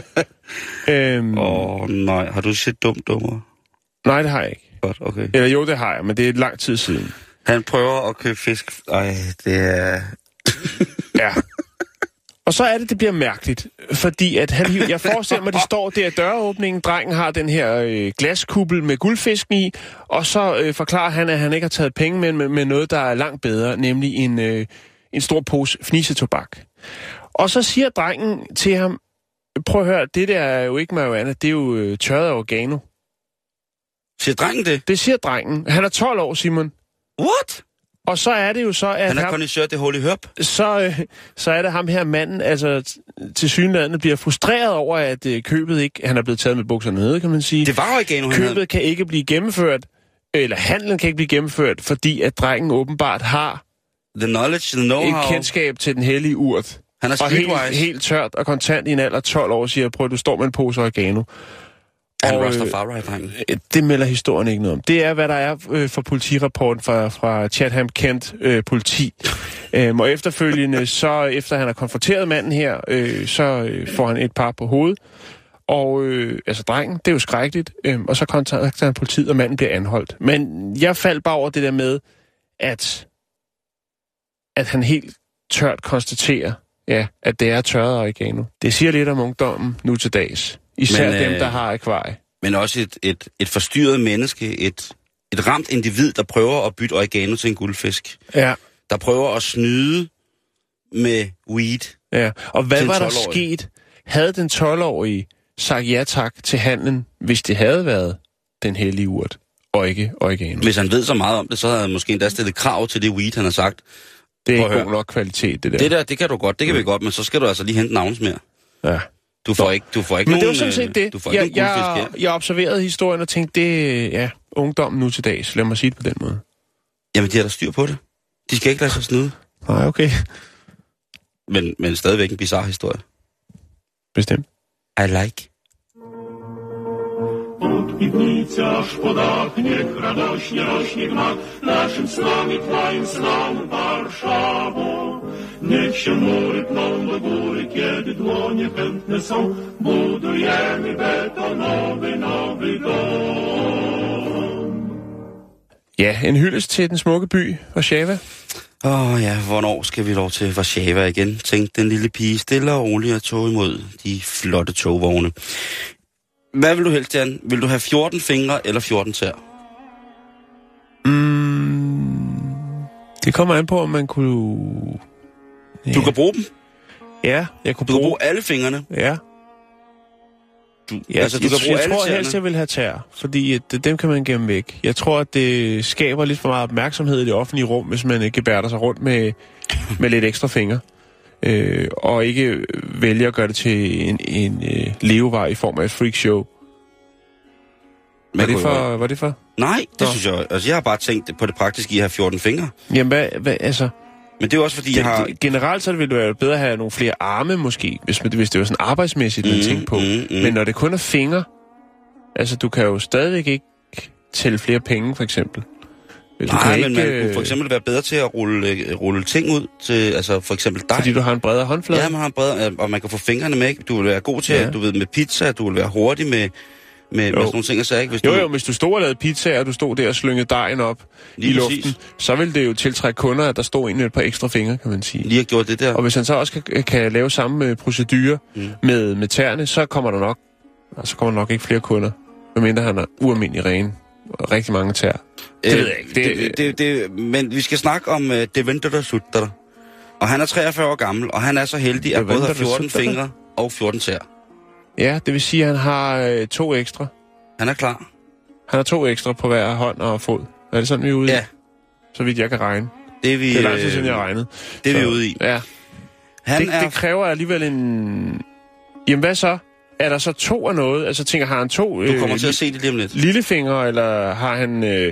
øhm, Åh oh, nej, har du set Dumt Dummer? Nej, det har jeg ikke. Godt, okay. Eller jo, det har jeg, men det er lang tid siden. Han prøver at købe fisk. Ej, det er... ja. Og så er det, det bliver mærkeligt, fordi at han, jeg forestiller mig, at de står der i døråbningen, drengen har den her øh, glaskuppel med guldfisk i, og så øh, forklarer han, at han ikke har taget penge med, med, med noget, der er langt bedre, nemlig en, øh, en stor pose fnisetobak. Og så siger drengen til ham, prøv at høre, det der er jo ikke marihuana, det er jo øh, tørret oregano. Siger drengen det? Det siger drengen. Han er tolv år, Simon. What? Og så er det jo så, at... Han er kondisør, det holy herb. Så, øh, så er det ham her manden, altså tilsyneladende bliver frustreret over, at øh, købet ikke... Han er blevet taget med bukserne nede, kan man sige. Det var oregano, han Købet havde... kan ikke blive gennemført, eller handlen kan ikke blive gennemført, fordi at drengen åbenbart har... The knowledge, the know-how. Et kendskab til den hellige urt. Han er og helt, helt tørt og kontant i en alder tolv år, siger, prøv, du står med en pose oregano. Han og, Rastafari, øh, det melder historien ikke noget om. Det er, hvad der er øh, for politirapporten fra, fra Chatham Kent øh, politi. Øhm, og efterfølgende, så efter han har konfronteret manden her, øh, så øh, får han et par på hovedet. Og øh, altså drengen, det er jo skrækkeligt. Øh, og så kontakter han politiet, og manden bliver anholdt. Men jeg faldt bare over det der med, at, at han helt tørt konstaterer, ja, at det er tørret oregano. Det siger lidt om ungdommen nu til dags. Især men, dem, der har akvarie. Men også et, et, et forstyrret menneske, et, et ramt individ, der prøver at bytte oregano til en guldfisk. Ja. Der prøver at snyde med weed. Ja, og hvad var der sket? Havde den tolv-årige sagt ja tak til handlen, hvis det havde været den hellige urt, og ikke oregano? Hvis han ved så meget om det, så havde han måske endda stillet krav til det weed, han har sagt. Det er ikke god nok kvalitet, det der. Det der, det kan du godt, det kan mm. vi godt, men så skal du altså lige hente navnsmere. Ja. Du får ikke, du får ikke men nogen... Men det var sådan set det. Du får jeg, ikke nogen jeg, jeg observerede historien og tænkte, det ja, ungdommen nu til dags. Lad mig sige det på den måde. Jamen, de har da styr på det. De skal ikke lade sig snyde. Nej, okay. Men, men stadigvæk en bizarre historie. Bestemt. I like. Od piwnicy aż pod okniek radośnie rośnie gmach naszym snom i twoim snom Warszawą. Niech się mury pną do góry, kiedy dłonie chętne są. Budujemy betonowy nowy dom. Ja, en hyldest til den smukke by, Warszawa. Åh oh, ja, hvornår skal vi lov til Warszawa igen? Tænk den lille pige stille og roligt og tog imod de flotte togvogne. Hvad vil du helst, Jan? Vil du have fjorten fingre eller fjorten tæer? Mm, det kommer an på, om man kunne... Ja. Du kan bruge dem? Ja, jeg kunne du bruge... kan bruge alle fingrene? Ja. Du, ja altså, du jeg, kan bruge jeg alle tror tæerne. helst, jeg vil have tæer, fordi at, dem kan man gemme væk. Jeg tror, at det skaber lidt for meget opmærksomhed i det offentlige rum, hvis man ikke bærer sig rundt med, med lidt ekstra fingre. Øh, og ikke vælger at gøre det til en, en øh, levevej i form af et freakshow. Var det, for, var det for? Nej, det Nå. synes jeg... Altså, jeg har bare tænkt på det praktiske i at have fjorten fingre. Jamen, hvad, hvad altså... Men det er også fordi, jeg har... Generelt så ville det være bedre at have nogle flere arme, måske, hvis, hvis det var sådan arbejdsmæssigt, man mm, tænkte på. Mm, mm. Men når det kun er fingre, altså, du kan jo stadigvæk ikke tælle flere penge, for eksempel. Du Nej, kan men ikke, man kunne for eksempel være bedre til at rulle, rulle ting ud til, altså for eksempel dig. Fordi du har en bredere håndflade? Ja, man har en bredere, og man kan få fingrene med, ikke? Du vil være god til, ja. Du ved, med pizza, du vil være hurtig med... Med, med sådan nogle ting, så ikke? Hvis jo, du... jo, hvis du stod og lavede pizza, og du stod der og slyngede dejen op lige i luften, præcis. Så ville det jo tiltrække kunder, at der stod en et par ekstra fingre, kan man sige. Lige har gjort det der. Og hvis han så også kan, kan lave samme procedure mm. med, med tæerne, så kommer der nok, så kommer der nok ikke flere kunder, medmindre han er ualmindelig ren og rigtig mange tær. Det øh, ved jeg ikke. Det, det, det, det, men vi skal snakke om uh, Devendra der Sutter. Og han er treogfyrre år gammel, og han er så heldig, at både har fjorten fingre og fjorten tær. Ja, det vil sige, at han har øh, to ekstra. Han er klar. Han har to ekstra på hver hånd og fod. Er det sådan, vi er ude i? Ja. Så vidt jeg kan regne. Det er, vi, det er lang tid siden, jeg har regnet. Det er så, vi ude i. Ja. Han det, er... det kræver alligevel en... Jamen hvad så? Er der så to af noget? Altså tænker, har han to... Du kommer øh, til at se det lige om lidt. Lillefingre, eller har han... Øh,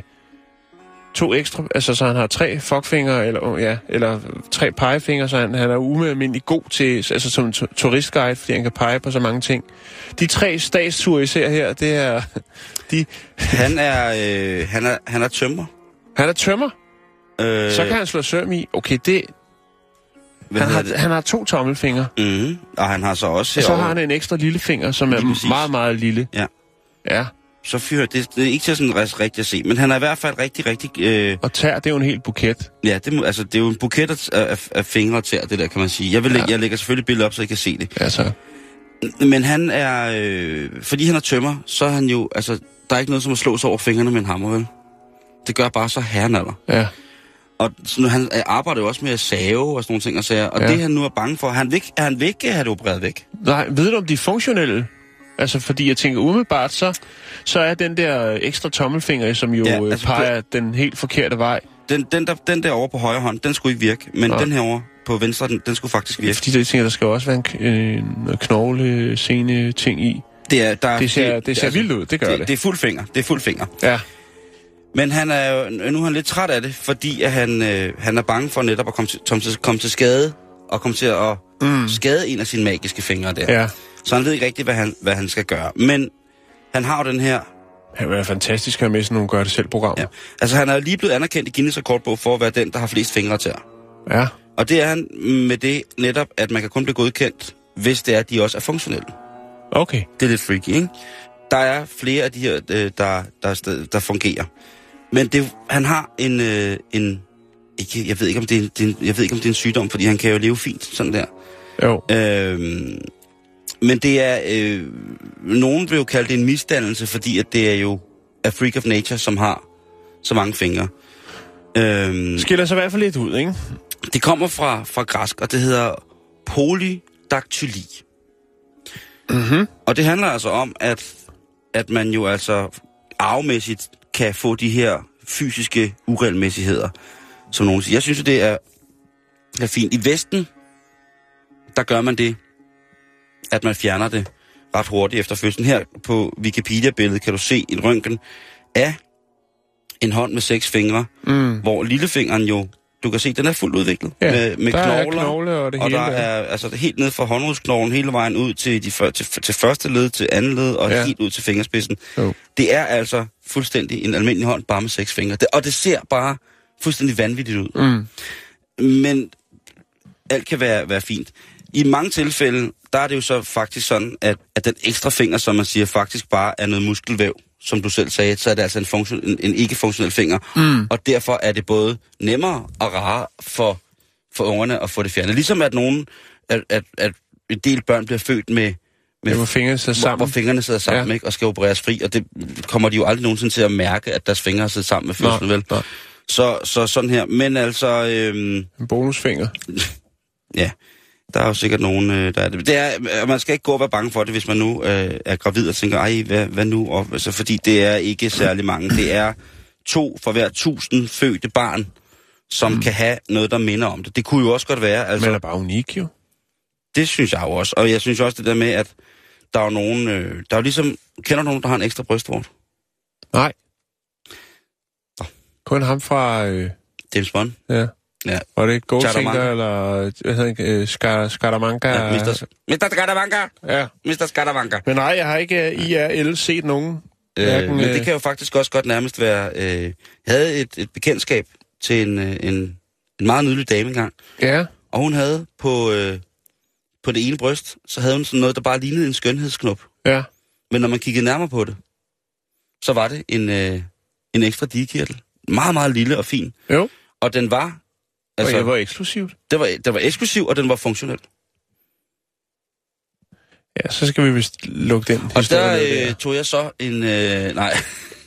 to ekstra, altså så han har tre fuckfingre, eller, ja, eller tre pegefingre, så han, han er ualmindelig god til, altså som turistguide, fordi han kan pege på så mange ting. De tre statsture, I ser her, det er... De... Han er, øh, han er, han er tømrer. Han er tømrer? Øh... Så kan han slå søm i. Okay, det... Han har, det? han har to tommelfingre. Mm-hmm. Og han har så også... Og så har han en ekstra lillefinger, som er præcis. meget, meget lille. Ja. Ja. Så fyrer det, det er ikke til sådan rigtigt at se, men han er i hvert fald rigtig, rigtig... Øh... Og tær, det er jo en helt buket. Ja, det, må, altså, det er jo en buket af, af, af fingre og tær, det der, kan man sige. Jeg, vil, ja. jeg lægger selvfølgelig billedet op, så I kan se det. Ja, så. Men han er... Øh, fordi han er tømmer, så er han jo... Altså, der er ikke noget som at slå sig over fingrene med en hammer, vel? Det gør bare så herrenaller. Ja. Og så nu, han arbejder jo også med at save og sådan nogle ting og sager. Og ja. det han nu er bange for, han vil, er han vil ikke have det opereret væk. Nej, ved du om de er funktionelle? Altså, fordi jeg tænker umiddelbart, så, så er den der ekstra tommelfinger, som jo ja, altså, peger på, den helt forkerte vej. Den, den, der, den der over på højre hånd, den skulle ikke virke, men ja. den her over på venstre, den, den skulle faktisk virke. Fordi jeg tænker, der skal også være en, en knogle, sene ting i. Det, er, der, det ser, det, det ser altså, vildt ud, det gør det. Det, det er fuld finger, det er fuld finger. Ja. Men han er jo, nu er han lidt træt af det, fordi at han, øh, han er bange for netop at komme til, komme til, komme til skade, og komme til at mm. skade en af sine magiske fingre der. Ja. Så han ved ikke rigtigt, hvad han, hvad han skal gøre. Men han har jo den her... Han er fantastisk at have med sådan nogle gør-det-selv-programmer. Ja. Altså, han er lige blevet anerkendt i Guinness rekordbog for at være den, der har flest fingre til. Ja. Og det er han med det netop, at man kan kun blive godkendt, hvis det er, at de også er funktionelle. Okay. Det er lidt freaky, ikke? Der er flere af de her, der, der, der fungerer. Men det, han har en... en ikke, jeg, ved ikke, om det er, det er en, jeg ved ikke, om det er en sygdom, fordi han kan jo leve fint, sådan der. Jo. Øhm, men det er... Øh, nogen vil jo kalde det en misdannelse, fordi at det er jo a freak of nature, som har så mange fingre. Øhm, Skiller sig i hvert fald lidt ud, ikke? Det kommer fra, fra græsk, og det hedder polydaktyli. Mm-hmm. Og det handler altså om, at, at man jo altså arvemæssigt kan få de her fysiske uregelmæssigheder, som nogen siger. Jeg synes, det er, er fint. I Vesten, der gør man det, at man fjerner det ret hurtigt efter fødslen. Her på Wikipedia-billedet kan du se en røntgen af en hånd med seks fingre, mm. hvor lillefingeren jo, du kan se, den er fuldt udviklet. Ja, med, med der knogler, er knogle og det og hele. der er altså helt ned fra håndrodsknoglen hele vejen ud til, de, til, til første led, til anden led og ja. helt ud til fingerspidsen. Jo. Det er altså fuldstændig en almindelig hånd, bare med seks fingre. Det, og det ser bare fuldstændig vanvittigt ud. Mm. Men alt kan være, være fint. I mange tilfælde, der er det jo så faktisk sådan, at, at den ekstra finger, som man siger, faktisk bare er noget muskelvæv. Som du selv sagde, så er det altså en, funktion, en, en ikke-funktionel finger. Mm. Og derfor er det både nemmere og rarere for, for ungerne at få det fjernet. Ligesom at nogen, at, at, at en del børn bliver født med, Ja, hvor fingrene sidder sammen. Hvor, hvor fingrene sidder sammen, ja. Ikke? Og skal opereres fri, og det kommer de jo aldrig nogensinde til at mærke, at deres fingre sidder sammen med fødslen, vel? Nej. Så, så sådan her. Men altså... Øhm, en bonusfinger. Ja, der er jo sikkert nogen, øh, der er det. det er, man skal ikke gå og være bange for det, hvis man nu øh, er gravid og tænker, ej, hvad, hvad nu? Og, altså, fordi det er ikke særlig mange. Det er to for hver tusind fødte barn, som mm. kan have noget, der minder om det. Det kunne jo også godt være. Altså, men er bare unik, jo. Det synes jeg jo også. Og jeg synes også det der med, at der er jo nogen... Øh, der er jo ligesom... Kender du nogen, der har en ekstra brystvort? Nej. Oh. Kun ham fra... Øh... James Bond? Ja. Ja. Var det Goldfinger, eller hvad hedder det, uh, Scaramanga? Ja, mister mister Scaramanga! Ja. mister Scaramanga. Men nej, jeg har ikke uh, I R L set nogen. Øh, hverken, men det kan jo faktisk også godt nærmest være... Øh, jeg havde et, et bekendtskab til en, en, en meget nydelig dame engang. Ja. Og hun havde på, øh, på det ene bryst, så havde hun sådan noget, der bare lignede en skønhedsknop. Ja. Men når man kiggede nærmere på det, så var det en, øh, en ekstra digekirtel. Meget, meget lille og fin. Jo. Og den var... Altså, og det var eksklusivt. Det var, det var eksklusiv, og den var funktionel. Ja, så skal vi vist lukke den. Og der, der øh, tog jeg så en... Øh, nej.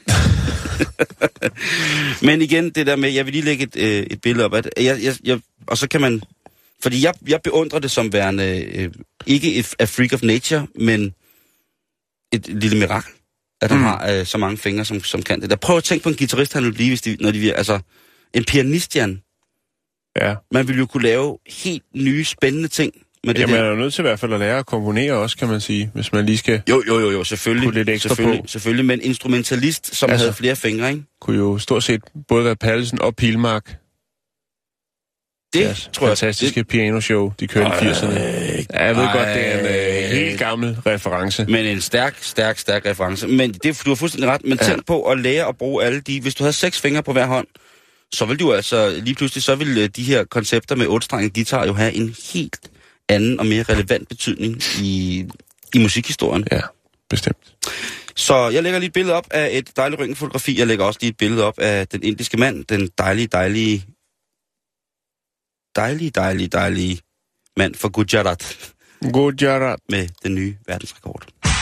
Men igen, det der med... Jeg vil lige lægge et, øh, et billede op. At jeg, jeg, jeg, og så kan man... Fordi jeg, jeg beundrer det som værende... Øh, ikke et, et freak of nature, men et, et lille mirakel. At han mm. har øh, så mange fingre, som, som kan det. Der prøv at tænke på en guitarist, han vil blive, hvis de, når de vil... Altså, en pianistjern. Ja. Man vil jo kunne lave helt nye, spændende ting med det. Ja, der. man er jo nødt til i hvert fald at lære at komponere også, kan man sige, hvis man lige skal... Jo, jo, jo, jo selvfølgelig. Putte lidt ekstra selvfølgelig, på. Selvfølgelig, men instrumentalist, som altså, havde flere fingre, ikke? Kunne jo stort set både være Pallesen og Pilmark. Det yes, tror jeg... Fantastiske det... pianoshow, de kørte i firserne. Ja, jeg ved Ej, godt, det er en øh, helt gammel reference. Men en stærk, stærk, stærk reference. Men det, du har fuldstændig ret. Men ja. Tænk på at lære at bruge alle de... Hvis du havde seks fingre på hver hånd, så vil du altså lige pludselig, så vil de her koncepter med otte-strenget guitar jo have en helt anden og mere relevant betydning i, i musikhistorien. Ja, bestemt. Så jeg lægger lige et billede op af et dejligt røntgenfotografi. Jeg lægger også lige et billede op af den indiske mand, den dejlige, dejlige, dejlige, dejlige, dejlige mand fra Gujarat. Gujarat. Med den nye verdensrekord.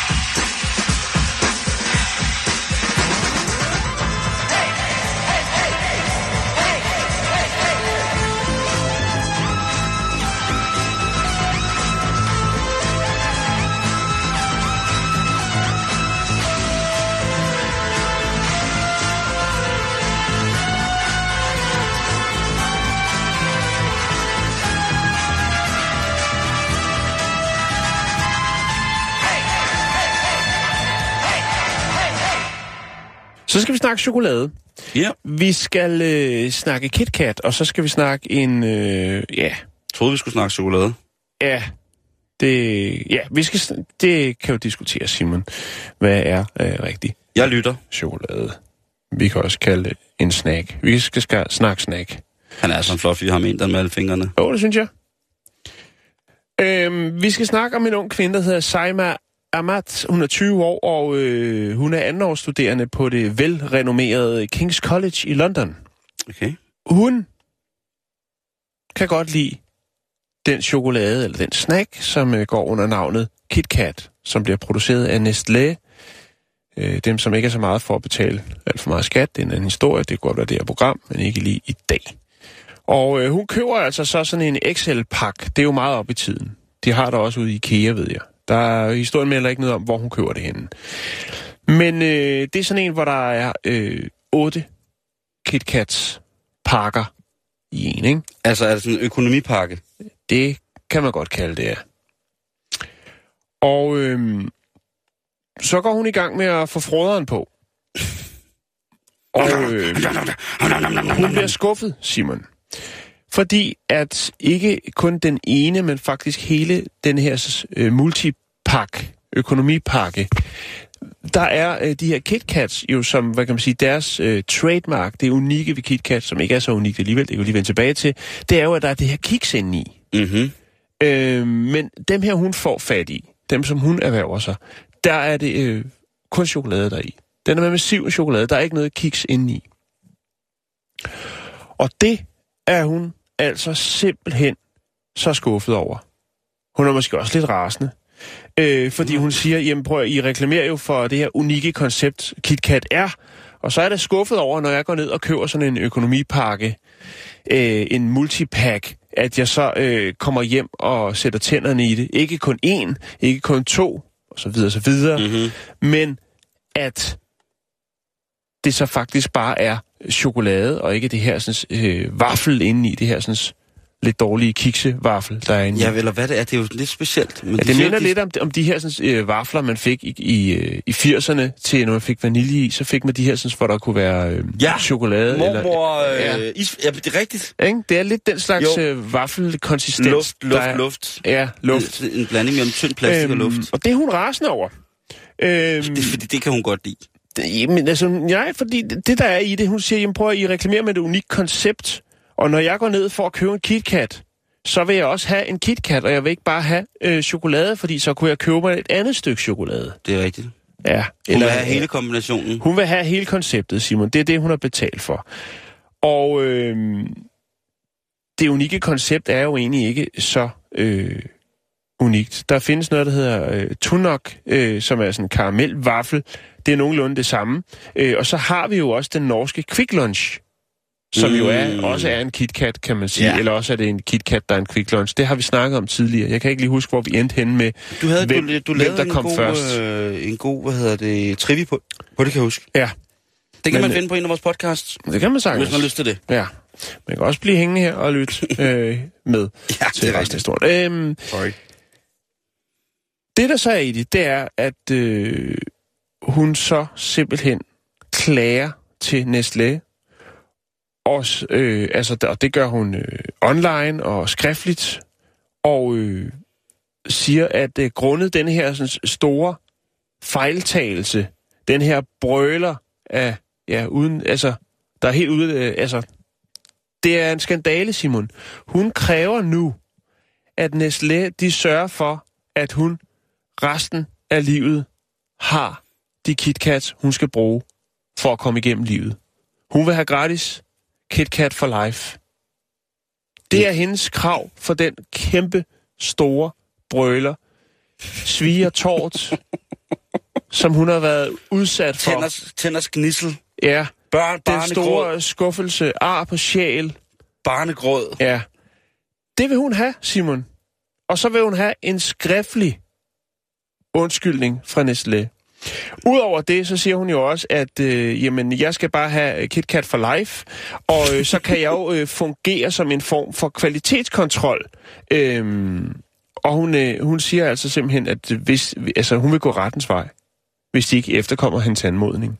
Så skal vi snakke chokolade. Ja. Vi skal øh, snakke KitKat, og så skal vi snakke en... Øh, ja. Jeg troede, vi skulle snakke chokolade. Ja. Det, ja, vi skal, det kan jo diskuteres, Simon. Hvad er øh, rigtigt? Jeg lytter. Chokolade. Vi kan også kalde det en snack. Vi skal, skal snakke snack. Han er sådan flot, fordi han har ment med alle fingrene. Jo, det synes jeg. Øhm, vi skal snakke om en ung kvinde, der hedder Saima Ahmad. Hun er tyve år, og øh, hun er andenårsstuderende på det velrenommerede King's College i London. Okay. Hun kan godt lide den chokolade, eller den snack, som øh, går under navnet KitKat, som bliver produceret af Nestlé. Øh, dem, som ikke er så meget for at betale alt for meget skat. Det er en anden historie, det går godt være det her program, men ikke lige i dag. Og øh, hun køber altså så sådan en X L-pakke. Det er jo meget op i tiden. De har der også ude i IKEA, ved jeg. Der er historien melder ikke noget om, hvor hun køber det henne. Men øh, det er sådan en, hvor der er øh, otte KitKats pakker i en, ikke? Altså er det sådan en økonomipakke? Det kan man godt kalde det, ja. Og øh, så går hun i gang med at få froderen på. Og øh, hun bliver skuffet, Simon. Fordi at ikke kun den ene, men faktisk hele den her øh, multipakke, økonomipakke, der er øh, de her KitKats jo som, hvad kan man sige, deres øh, trademark, det unikke ved KitKat, som ikke er så unikt alligevel, det kan vi lige vende tilbage til, det er jo, at der er det her kiks inde i. Mm-hmm. Øh, men dem her, hun får fat i, dem som hun erhverver sig, der er det øh, kun chokolade der i. Den er med massiv chokolade, der er ikke noget kiks inde i. Og det er hun altså simpelthen så skuffet over. Hun er måske også lidt rasende. Øh, fordi hun siger, jamen prøv, I reklamerer jo for det her unikke koncept, KitKat er. Og så er det skuffet over, når jeg går ned og køber sådan en økonomipakke, øh, en multipack, at jeg så øh, kommer hjem og sætter tænderne i det. Ikke kun én, ikke kun to, og så videre, så videre. Mm-hmm. Men at det så faktisk bare er chokolade, og ikke det her sådan, øh, vaffel inde i, det her sådan, lidt dårlige kiksevaffel, der er inde i. Ja, eller hvad det er, det er jo lidt specielt. Men ja, det, det minder de... lidt om, om de her sådan, øh, vafler, man fik i, i, øh, i firserne, til når man fik vanilje i, så fik man de her, sådan, hvor der kunne være øh, ja. chokolade. Mormor, eller, øh, ja. Is, ja, det er rigtigt. Ikke? Det er lidt den slags øh, vaffelkonsistens. Luft, luft, er, luft. Ja, luft. En, en blanding mellem tynd plastik øhm, og luft. Og det er hun rasende over. Øhm, det, fordi det kan hun godt lide. Det, jamen, altså, nej, fordi det, det, der er i det, hun siger, jamen prøv at I reklamerer med et unikt koncept, og når jeg går ned for at købe en KitKat, så vil jeg også have en KitKat, og jeg vil ikke bare have øh, chokolade, fordi så kunne jeg købe mig et andet stykke chokolade. Det er rigtigt. Ja. Hun Eller, vil have hele kombinationen. Hun vil have hele konceptet, Simon. Det er det, hun har betalt for. Og øh, det unikke koncept er jo egentlig ikke så øh, unikt. Der findes noget, der hedder øh, Tunok, øh, som er sådan en karamelvaffel. Det er nogenlunde det samme. Øh, og så har vi jo også den norske Quick Lunch, som mm. jo er, også er en KitKat, kan man sige. Ja. Eller også er det en KitKat, der er en Quick Lunch. Det har vi snakket om tidligere. Jeg kan ikke lige huske, hvor vi endte henne med, du havde, hvem, du, du hvem der en kom god, først. Øh, en god, hvad hedder det, trivi på, på det kan jeg huske. Ja. Det kan Men, man finde på en af vores podcasts. Det kan man sagtens. Hvis man har lyst til det. Ja. Man kan også blive hængende her og lytte øh, med ja, til resten af historien. Øhm, Sorry. Det, der så er i det, det er, at øh, hun så simpelthen klager til Nestlé. Også, øh, altså, og det gør hun øh, online og skriftligt, og øh, siger, at øh, grundet den her sådan, store fejltagelse, den her brøler af, ja, uden, altså, der er helt ude, øh, altså, det er en skandale, Simon. Hun kræver nu, at Nestlé, de sørger for, at hun resten af livet har de KitKats, hun skal bruge for at komme igennem livet. Hun vil have gratis KitKat for life. Det er hendes krav for den kæmpe store brøler, sviger tort, som hun har været udsat for. Tænders, tænders gnissel. Ja. Børn, den store skuffelse, ar på sjæl. Barnegråd. Ja. Det vil hun have, Simon. Og så vil hun have en skriftlig undskyldning fra Nestlé. Udover det, så siger hun jo også, at øh, jamen, jeg skal bare have KitKat for life, og øh, så kan jeg jo øh, fungere som en form for kvalitetskontrol. Øhm, og hun, øh, hun siger altså simpelthen, at hvis, altså, hun vil gå rettens vej, hvis de ikke efterkommer hendes anmodning.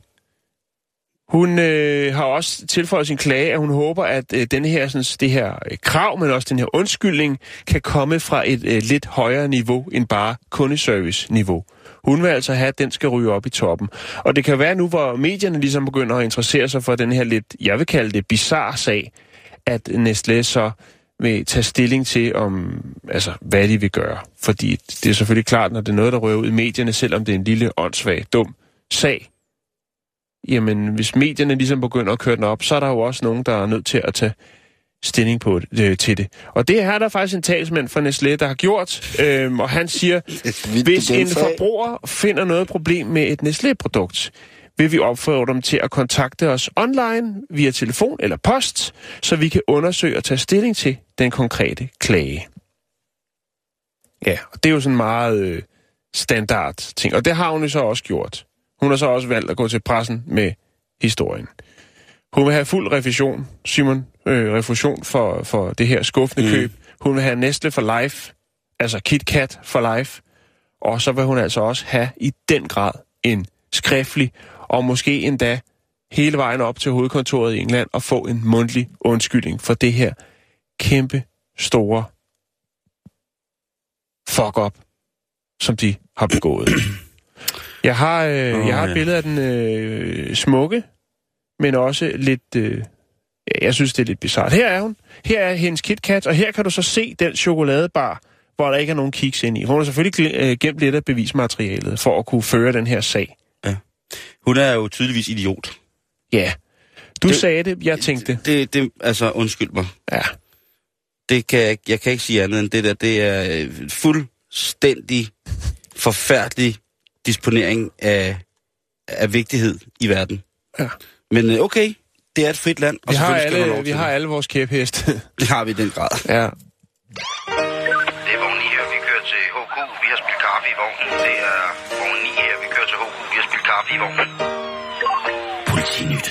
Hun øh, har også tilføjet sin klage, at hun håber, at øh, denne her, sådan, det her øh, krav, men også den her undskyldning, kan komme fra et øh, lidt højere niveau end bare kundeservice-niveau. Hun vil altså have, at den skal ryge op i toppen. Og det kan være nu, hvor medierne ligesom begynder at interessere sig for den her lidt, jeg vil kalde det, bizarre sag, at Nestlé så vil tage stilling til, om, altså, hvad de vil gøre. Fordi det er selvfølgelig klart, når det er noget, der rører ud i medierne, selvom det er en lille, åndssvag, dum sag. Jamen, hvis medierne ligesom begynder at køre den op, så er der jo også nogen, der er nødt til at tage stilling på det, øh, til det. Og det her er der faktisk en talsmand fra Nestlé, der har gjort, øhm, og han siger, hvis en forbruger finder noget problem med et Nestlé-produkt, vil vi opfordre dem til at kontakte os online via telefon eller post, så vi kan undersøge og tage stilling til den konkrete klage. Ja, og det er jo sådan meget øh, standard ting, og det har hun jo så også gjort. Hun har så også valgt at gå til pressen med historien. Hun vil have fuld refusion, Simon, øh, refusion for, for det her skuffende mm. køb. Hun vil have Nestlé for life, altså KitKat for life. Og så vil hun altså også have i den grad en skriftlig, og måske endda hele vejen op til hovedkontoret i England, og få en mundtlig undskyldning for det her kæmpe store fuck-up, som de har begået. Jeg har, øh, oh, jeg har et ja. billede af den øh, smukke, men også lidt, øh, jeg synes, det er lidt bizarrt. Her er hun. Her er hendes KitKat, og her kan du så se den chokoladebar, hvor der ikke er nogen kiks ind i. Hun har selvfølgelig gemt lidt af bevismaterialet for at kunne føre den her sag. Ja. Hun er jo tydeligvis idiot. Ja. Du det, sagde det, jeg tænkte. Det, det, altså, undskyld mig. Ja. Det kan jeg, jeg kan ikke sige andet end det der. Det er fuldstændig forfærdelig disponering af, af vigtighed i verden. Ja. Men øh, okay, det er et frit land. Og vi har alle, alle, vi har alle vores kæpheste. Det har vi i den grad. Ja. Det er vogn ni her, vi kører til H Q. Vi har spillet kaffe i vognen. Det er vogn ni her, vi kører til H Q. Vi har spillet kaffe i vognen. Politinyt.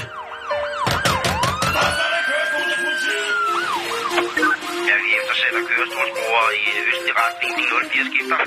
Ja, vi eftersætter kørestolsbrugere i østlig retning. De nul fire skifter.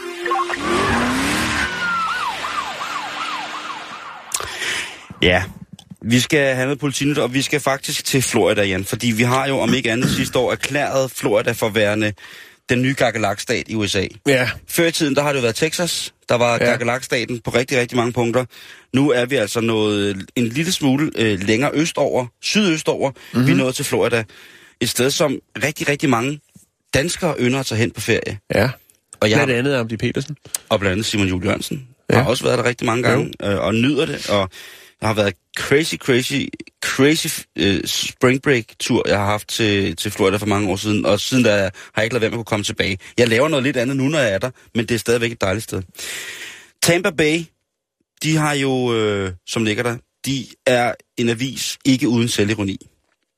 Ja, vi skal have noget politinyt, og vi skal faktisk til Florida, Jan. Fordi vi har jo om ikke andet sidste år erklæret Florida for værende den nye Gagalak-stat i U S A. Ja. Før i tiden, der har det jo været Texas, der var ja. Gagalak-staten på rigtig, rigtig mange punkter. Nu er vi altså nået en lille smule øh, længere østover, sydøstover. Mm-hmm. Vi er nået til Florida. Et sted, som rigtig, rigtig mange danskere ynder at tage hen på ferie. Ja, og jeg blandt andet Amdi Petersen. Og blandt andet Simon Juhl Jørgensen. Ja. Har også været der rigtig mange gange, øh, og nyder det. Og jeg har været crazy, crazy, crazy øh, spring break-tur, jeg har haft til, til Florida for mange år siden. Og siden da har jeg ikke ladet være med at kunne komme tilbage. Jeg laver noget lidt andet nu, når jeg er der, men det er stadigvæk et dejligt sted. Tampa Bay, de har jo, øh, som ligger der, de er en avis ikke uden selvironi.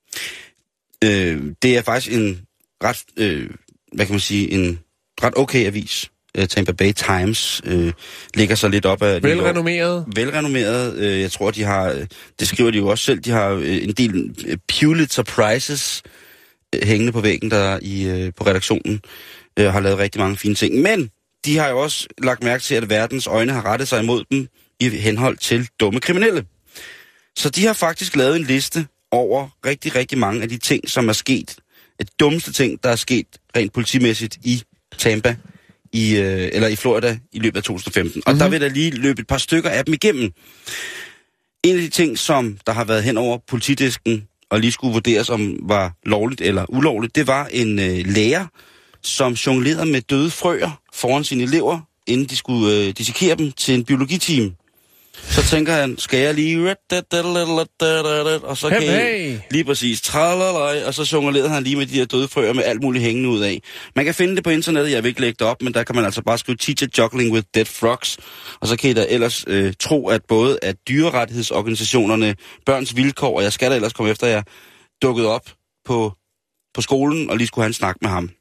Øh, det er faktisk en ret, øh, hvad kan man sige, en ret okay avis. Tampa Bay Times øh, ligger så lidt op af... Velrenommeret. Velrenommeret. Øh, jeg tror, de har... Det skriver de jo også selv. De har øh, en del øh, Pulitzer Prizes øh, hængende på væggen der i, øh, på redaktionen. Øh, har lavet rigtig mange fine ting. Men de har jo også lagt mærke til, at verdens øjne har rettet sig imod dem i henhold til dumme kriminelle. Så de har faktisk lavet en liste over rigtig, rigtig mange af de ting, som er sket. Et dummeste ting, der er sket rent politimæssigt i Tampa. I, øh, eller i Florida i løbet af to tusind og femten. Og mm-hmm. der vil der lige løbe et par stykker af dem igennem. En af de ting, som der har været hen over politidisken, og lige skulle vurderes, om var lovligt eller ulovligt, det var en øh, lærer, som jonglerede med døde frøer foran sine elever, inden de skulle øh, dissekere dem til en biologiteam. Så tænker han, skal jeg lige... Og så kan jeg lige præcis... Og så jonglerede han lige med de her døde frøer med alt muligt hængende ud af. Man kan finde det på internettet, jeg vil ikke lægge det op, men der kan man altså bare skrive teacher juggling with dead frogs. Og så kan I da ellers øh, tro, at både at dyrerettighedsorganisationerne, Børns Vilkår, og jeg skal da ellers komme efter jer, dukket op på, på skolen og lige skulle have en snak med ham.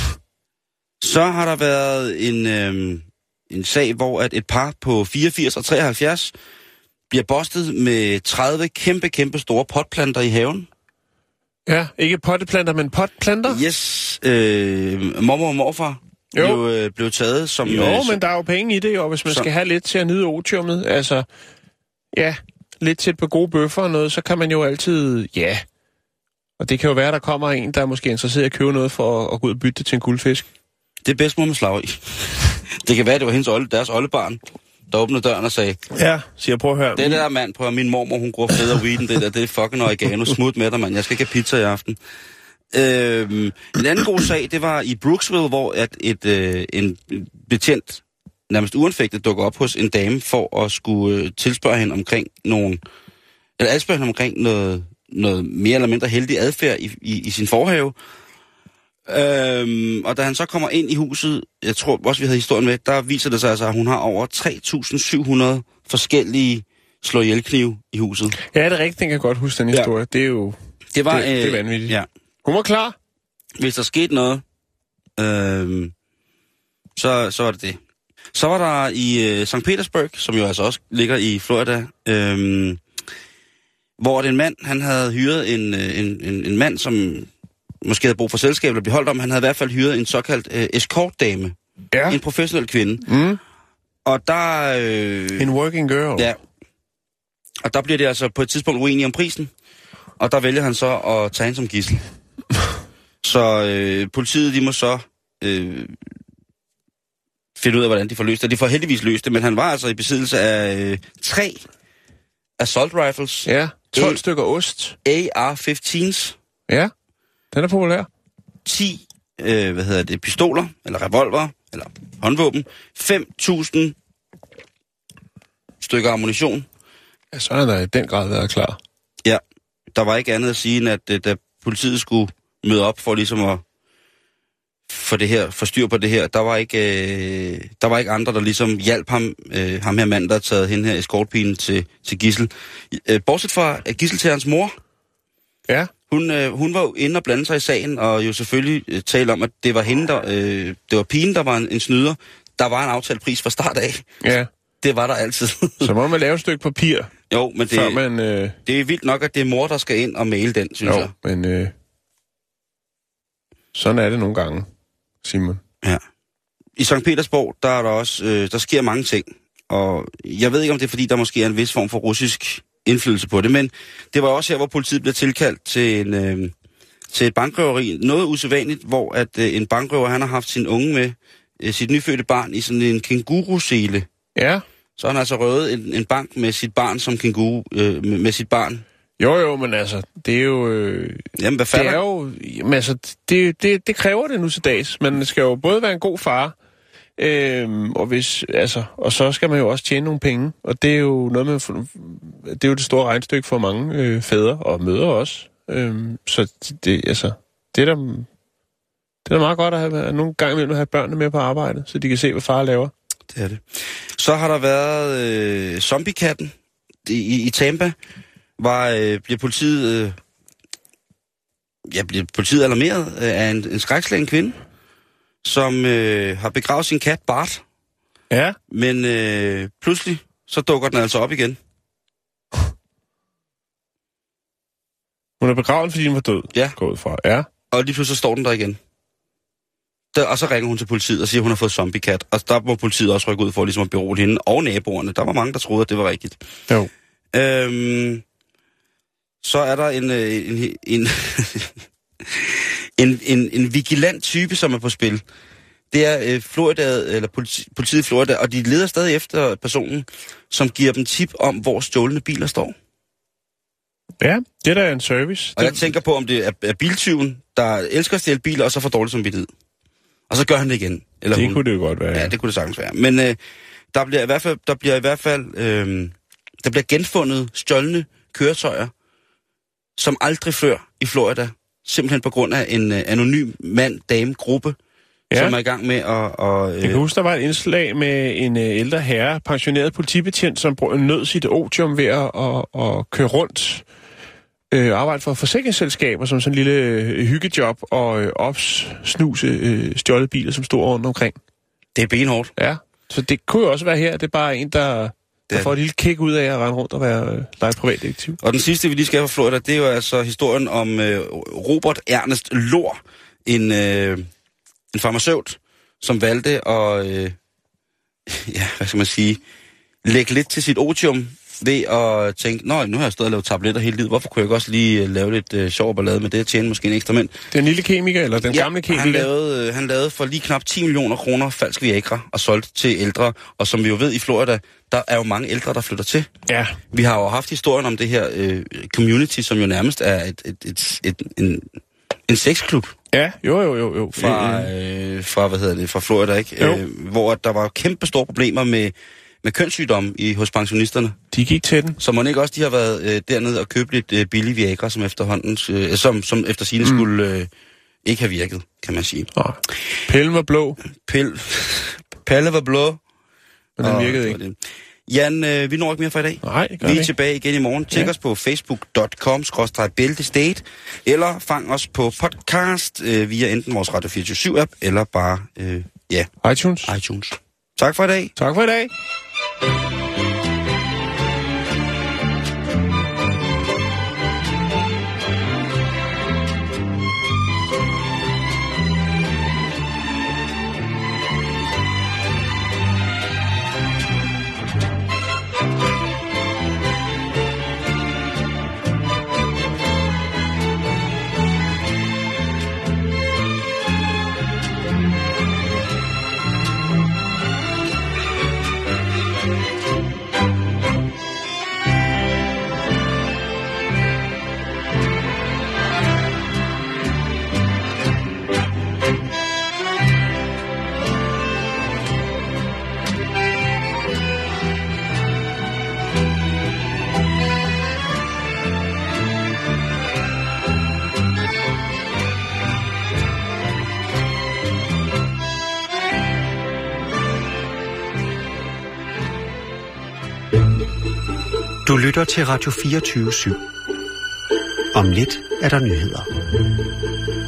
Så har der været en... Øh, En sag, hvor at et par på fireogfirs og treoghalvfjerds bliver bustet med tredive kæmpe, kæmpe store potplanter i haven. Ja, ikke potteplanter, men potplanter? Yes. Øh, mormor og morfar blev, øh, blev taget som... Jo, øh, men som, der er jo penge i det jo, hvis man som, skal have lidt til at nyde otiummet. Altså, ja, lidt til et par gode bøffer og noget, så kan man jo altid... Ja, og det kan jo være, der kommer en, der er måske interesseret i at købe noget for at, at gå ud og bytte det til en guldfisk. Det er bedst mod med slag i. Det kan være, det var hendes olde, deres oldebarn, der åbnede døren og sagde... Ja, siger prøv at høre. Det der mand, prøv at min mormor, hun går federe weeden, det der, det er fucking oregano, smut med dig, mand. Jeg skal ikke have pizza i aften. Øhm, en anden god sag, det var i Brooksville, hvor at et, øh, en betjent, nærmest uanfægtet, dukker op hos en dame for at skulle øh, tilspørge hende omkring nogle... Eller adspørge hende omkring noget, noget mere eller mindre heldig adfærd i, i, i sin forhave. Øhm, og da han så kommer ind i huset, jeg tror også, vi havde historien med, der viser det sig altså, at hun har over tre tusind syv hundrede forskellige slå ihjel-knive i huset. Ja, det er rigtigt, den kan jeg godt huske den historie. Ja. Det er jo det var, det, øh, det er vanvittigt. Ja. Hun var klar. Hvis der skete noget, øhm, så, så var det det. Så var der i øh, Sankt Petersburg, som jo altså også ligger i Florida, øhm, hvor en mand, han havde hyret en, en, en, en mand, som... måske havde brug for selskab, eller blive holdt om. Han havde i hvert fald hyret en såkaldt øh, escortdame. Ja. En professionel kvinde. Mm. Og der... Øh, en working girl. Ja. Og der bliver det altså på et tidspunkt uenige om prisen. Og der vælger han så at tage hende som gidsel. Så øh, politiet, de må så øh, finde ud af, hvordan de får løst det. De får heldigvis løst det, men han var altså i besiddelse af øh, tre assault rifles. Ja, tolv A- stykker ost. A R femtens. Ja. Den er populær. ti, øh, hvad hedder det, pistoler, eller revolver, eller håndvåben. fem tusind stykker ammunition. Ja, så er der i den grad været klar. Ja, der var ikke andet at sige, end at da politiet skulle møde op for ligesom at for det her, for styr på det her. Der var ikke, øh, der var ikke andre, der ligesom hjalp ham, øh, ham her mand, der havde taget hende her escortpigen til, til gidsel. Øh, bortset fra gisseltagerens mor. Ja. Hun, øh, hun var jo inde og blande sig i sagen, og jo selvfølgelig øh, tale om, at det var hende, der, øh, det var pigen, der var en, en snyder. Der var en aftalt pris fra start af. Ja. Det var der altid. Så må man lave et stykke papir. Jo, men det, man, øh... det er vildt nok, at det er mor, der skal ind og maile den, synes jo, jeg. men øh... sådan er det nogle gange, Simon. Ja. I Sankt Petersborg, der er der også, øh, der sker mange ting. Og jeg ved ikke, om det er, fordi der måske er en vis form for russisk indflydelse på det, men det var også her, hvor politiet blev tilkaldt til, en, øh, til et bankrøveri. Noget usædvanligt, hvor at, øh, en bankrøver, han har haft sin unge med, øh, sit nyfødte barn, i sådan en kængurusele. Ja. Så han har altså røvet en, en bank med sit barn som kænguru, øh, med, med sit barn. Jo, jo, men altså, det er jo... Øh, Jamen, hvad falder? Det er jo... Jamen, altså, det, det, det kræver det nu til dags. Man skal jo både være en god far, øh, og, hvis, altså, og så skal man jo også tjene nogle penge. Og det er jo noget med... Det er jo det store regnstykke for mange øh, fædre og mødre også. Øh, så det, altså, det er da... Det er da meget godt at have, at nogle gange imellem at have børnene med på arbejde, så de kan se, hvad far laver. Det er det. Så har der været øh, zombiekatten i, i Tampa. Var, øh, bliver politiet øh, ja, bliver politiet alarmeret af en, en skrækslagen kvinde, som øh, har begravet sin kat Bart. Ja. Men øh, pludselig så dukker den altså op igen. Hun er begravet, fordi den var død. Ja. Gået fra. Ja. Og lige pludselig så står den der igen. Der, og så ringer hun til politiet og siger, at hun har fået zombiekat. Og der må politiet også rykke ud for ligesom at berolige hende og naboerne. Der var mange, der troede, at det var rigtigt. Jo. Øhm, så er der en, en, en, en, en, en vigilant type, som er på spil. Det er øh, Florida, eller politi, politiet i Florida, og de leder stadig efter personen, som giver dem tip om, hvor stjålne biler står. Ja, det er da en service. Og jeg tænker på, om det er, er biltyven, der elsker at stjæle biler, og så får dårligt samvittighed. Og så gør han det igen. Eller det hun. kunne det jo godt være. Ja, det kunne det sagtens være. Men øh, der bliver i hvert fald, der bliver i hvert fald, øh, der bliver genfundet stjålne køretøjer, som aldrig før i Florida, simpelthen på grund af en øh, anonym mand-dame-gruppe, ja. Som er i gang med at... Og, øh... Jeg kan huske, der var et indslag med en øh, ældre herre, pensioneret politibetjent, som nød sit otium ved at, at, at køre rundt, øh, arbejde for forsikringsselskaber som sådan en lille øh, hyggejob, og øh, opsnuse øh, stjålet biler, som stod rundt omkring. Det er benhårdt. Ja, så det kunne jo også være her. Det er bare en, der, der får et lille kick ud af at rende rundt og være øh, lege privatdetektiv. Og den sidste, vi lige skal have fra Florida, det er jo altså historien om øh, Robert Ernest Lohr, en... Øh, En farmaceut, som valgte at, øh, ja, hvad skal man sige, lægge lidt til sit otium ved at tænke, nå, nu har jeg stået og lavet tabletter hele livet, hvorfor kunne jeg ikke også lige lave lidt øh, sjov ballade med det og tjene måske en ekstra mænd? Den lille kemiker, eller den ja, gamle kemiker? Han lavede, øh, han lavede for lige knap ti millioner kroner falsk Viagra og solgt til ældre, og som vi jo ved i Florida, der er jo mange ældre, der flytter til. Ja. Vi har jo haft historien om det her øh, community, som jo nærmest er et, et, et, et, en, en sexklub. Ja, jo, jo, jo. jo. Fra, øh, fra, hvad hedder det, fra Florida, ikke? Øh, hvor der var kæmpe store problemer med, med kønssygdomme i, hos pensionisterne. De gik til den. Så må ikke også, de har været øh, dernede og købt lidt øh, billig Viagra, som efterhånden, øh, som, som efter sine mm. skulle øh, ikke have virket, kan man sige. Oh. Pillen var blå. Pil, Palle var blå. Men den virkede ikke. Det. Jan, øh, vi når ikke mere for i dag. Nej, vi er det. Tilbage igen i morgen. Tjek ja. os på facebook punktum com skråstreg bæltestate, eller fang os på podcast øh, via enten vores Radio fireogtyve syv app, eller bare, øh, ja, iTunes. iTunes. Tak for i dag. Tak for i dag. Du lytter til Radio fireogtyve syv. Om lidt er der nyheder.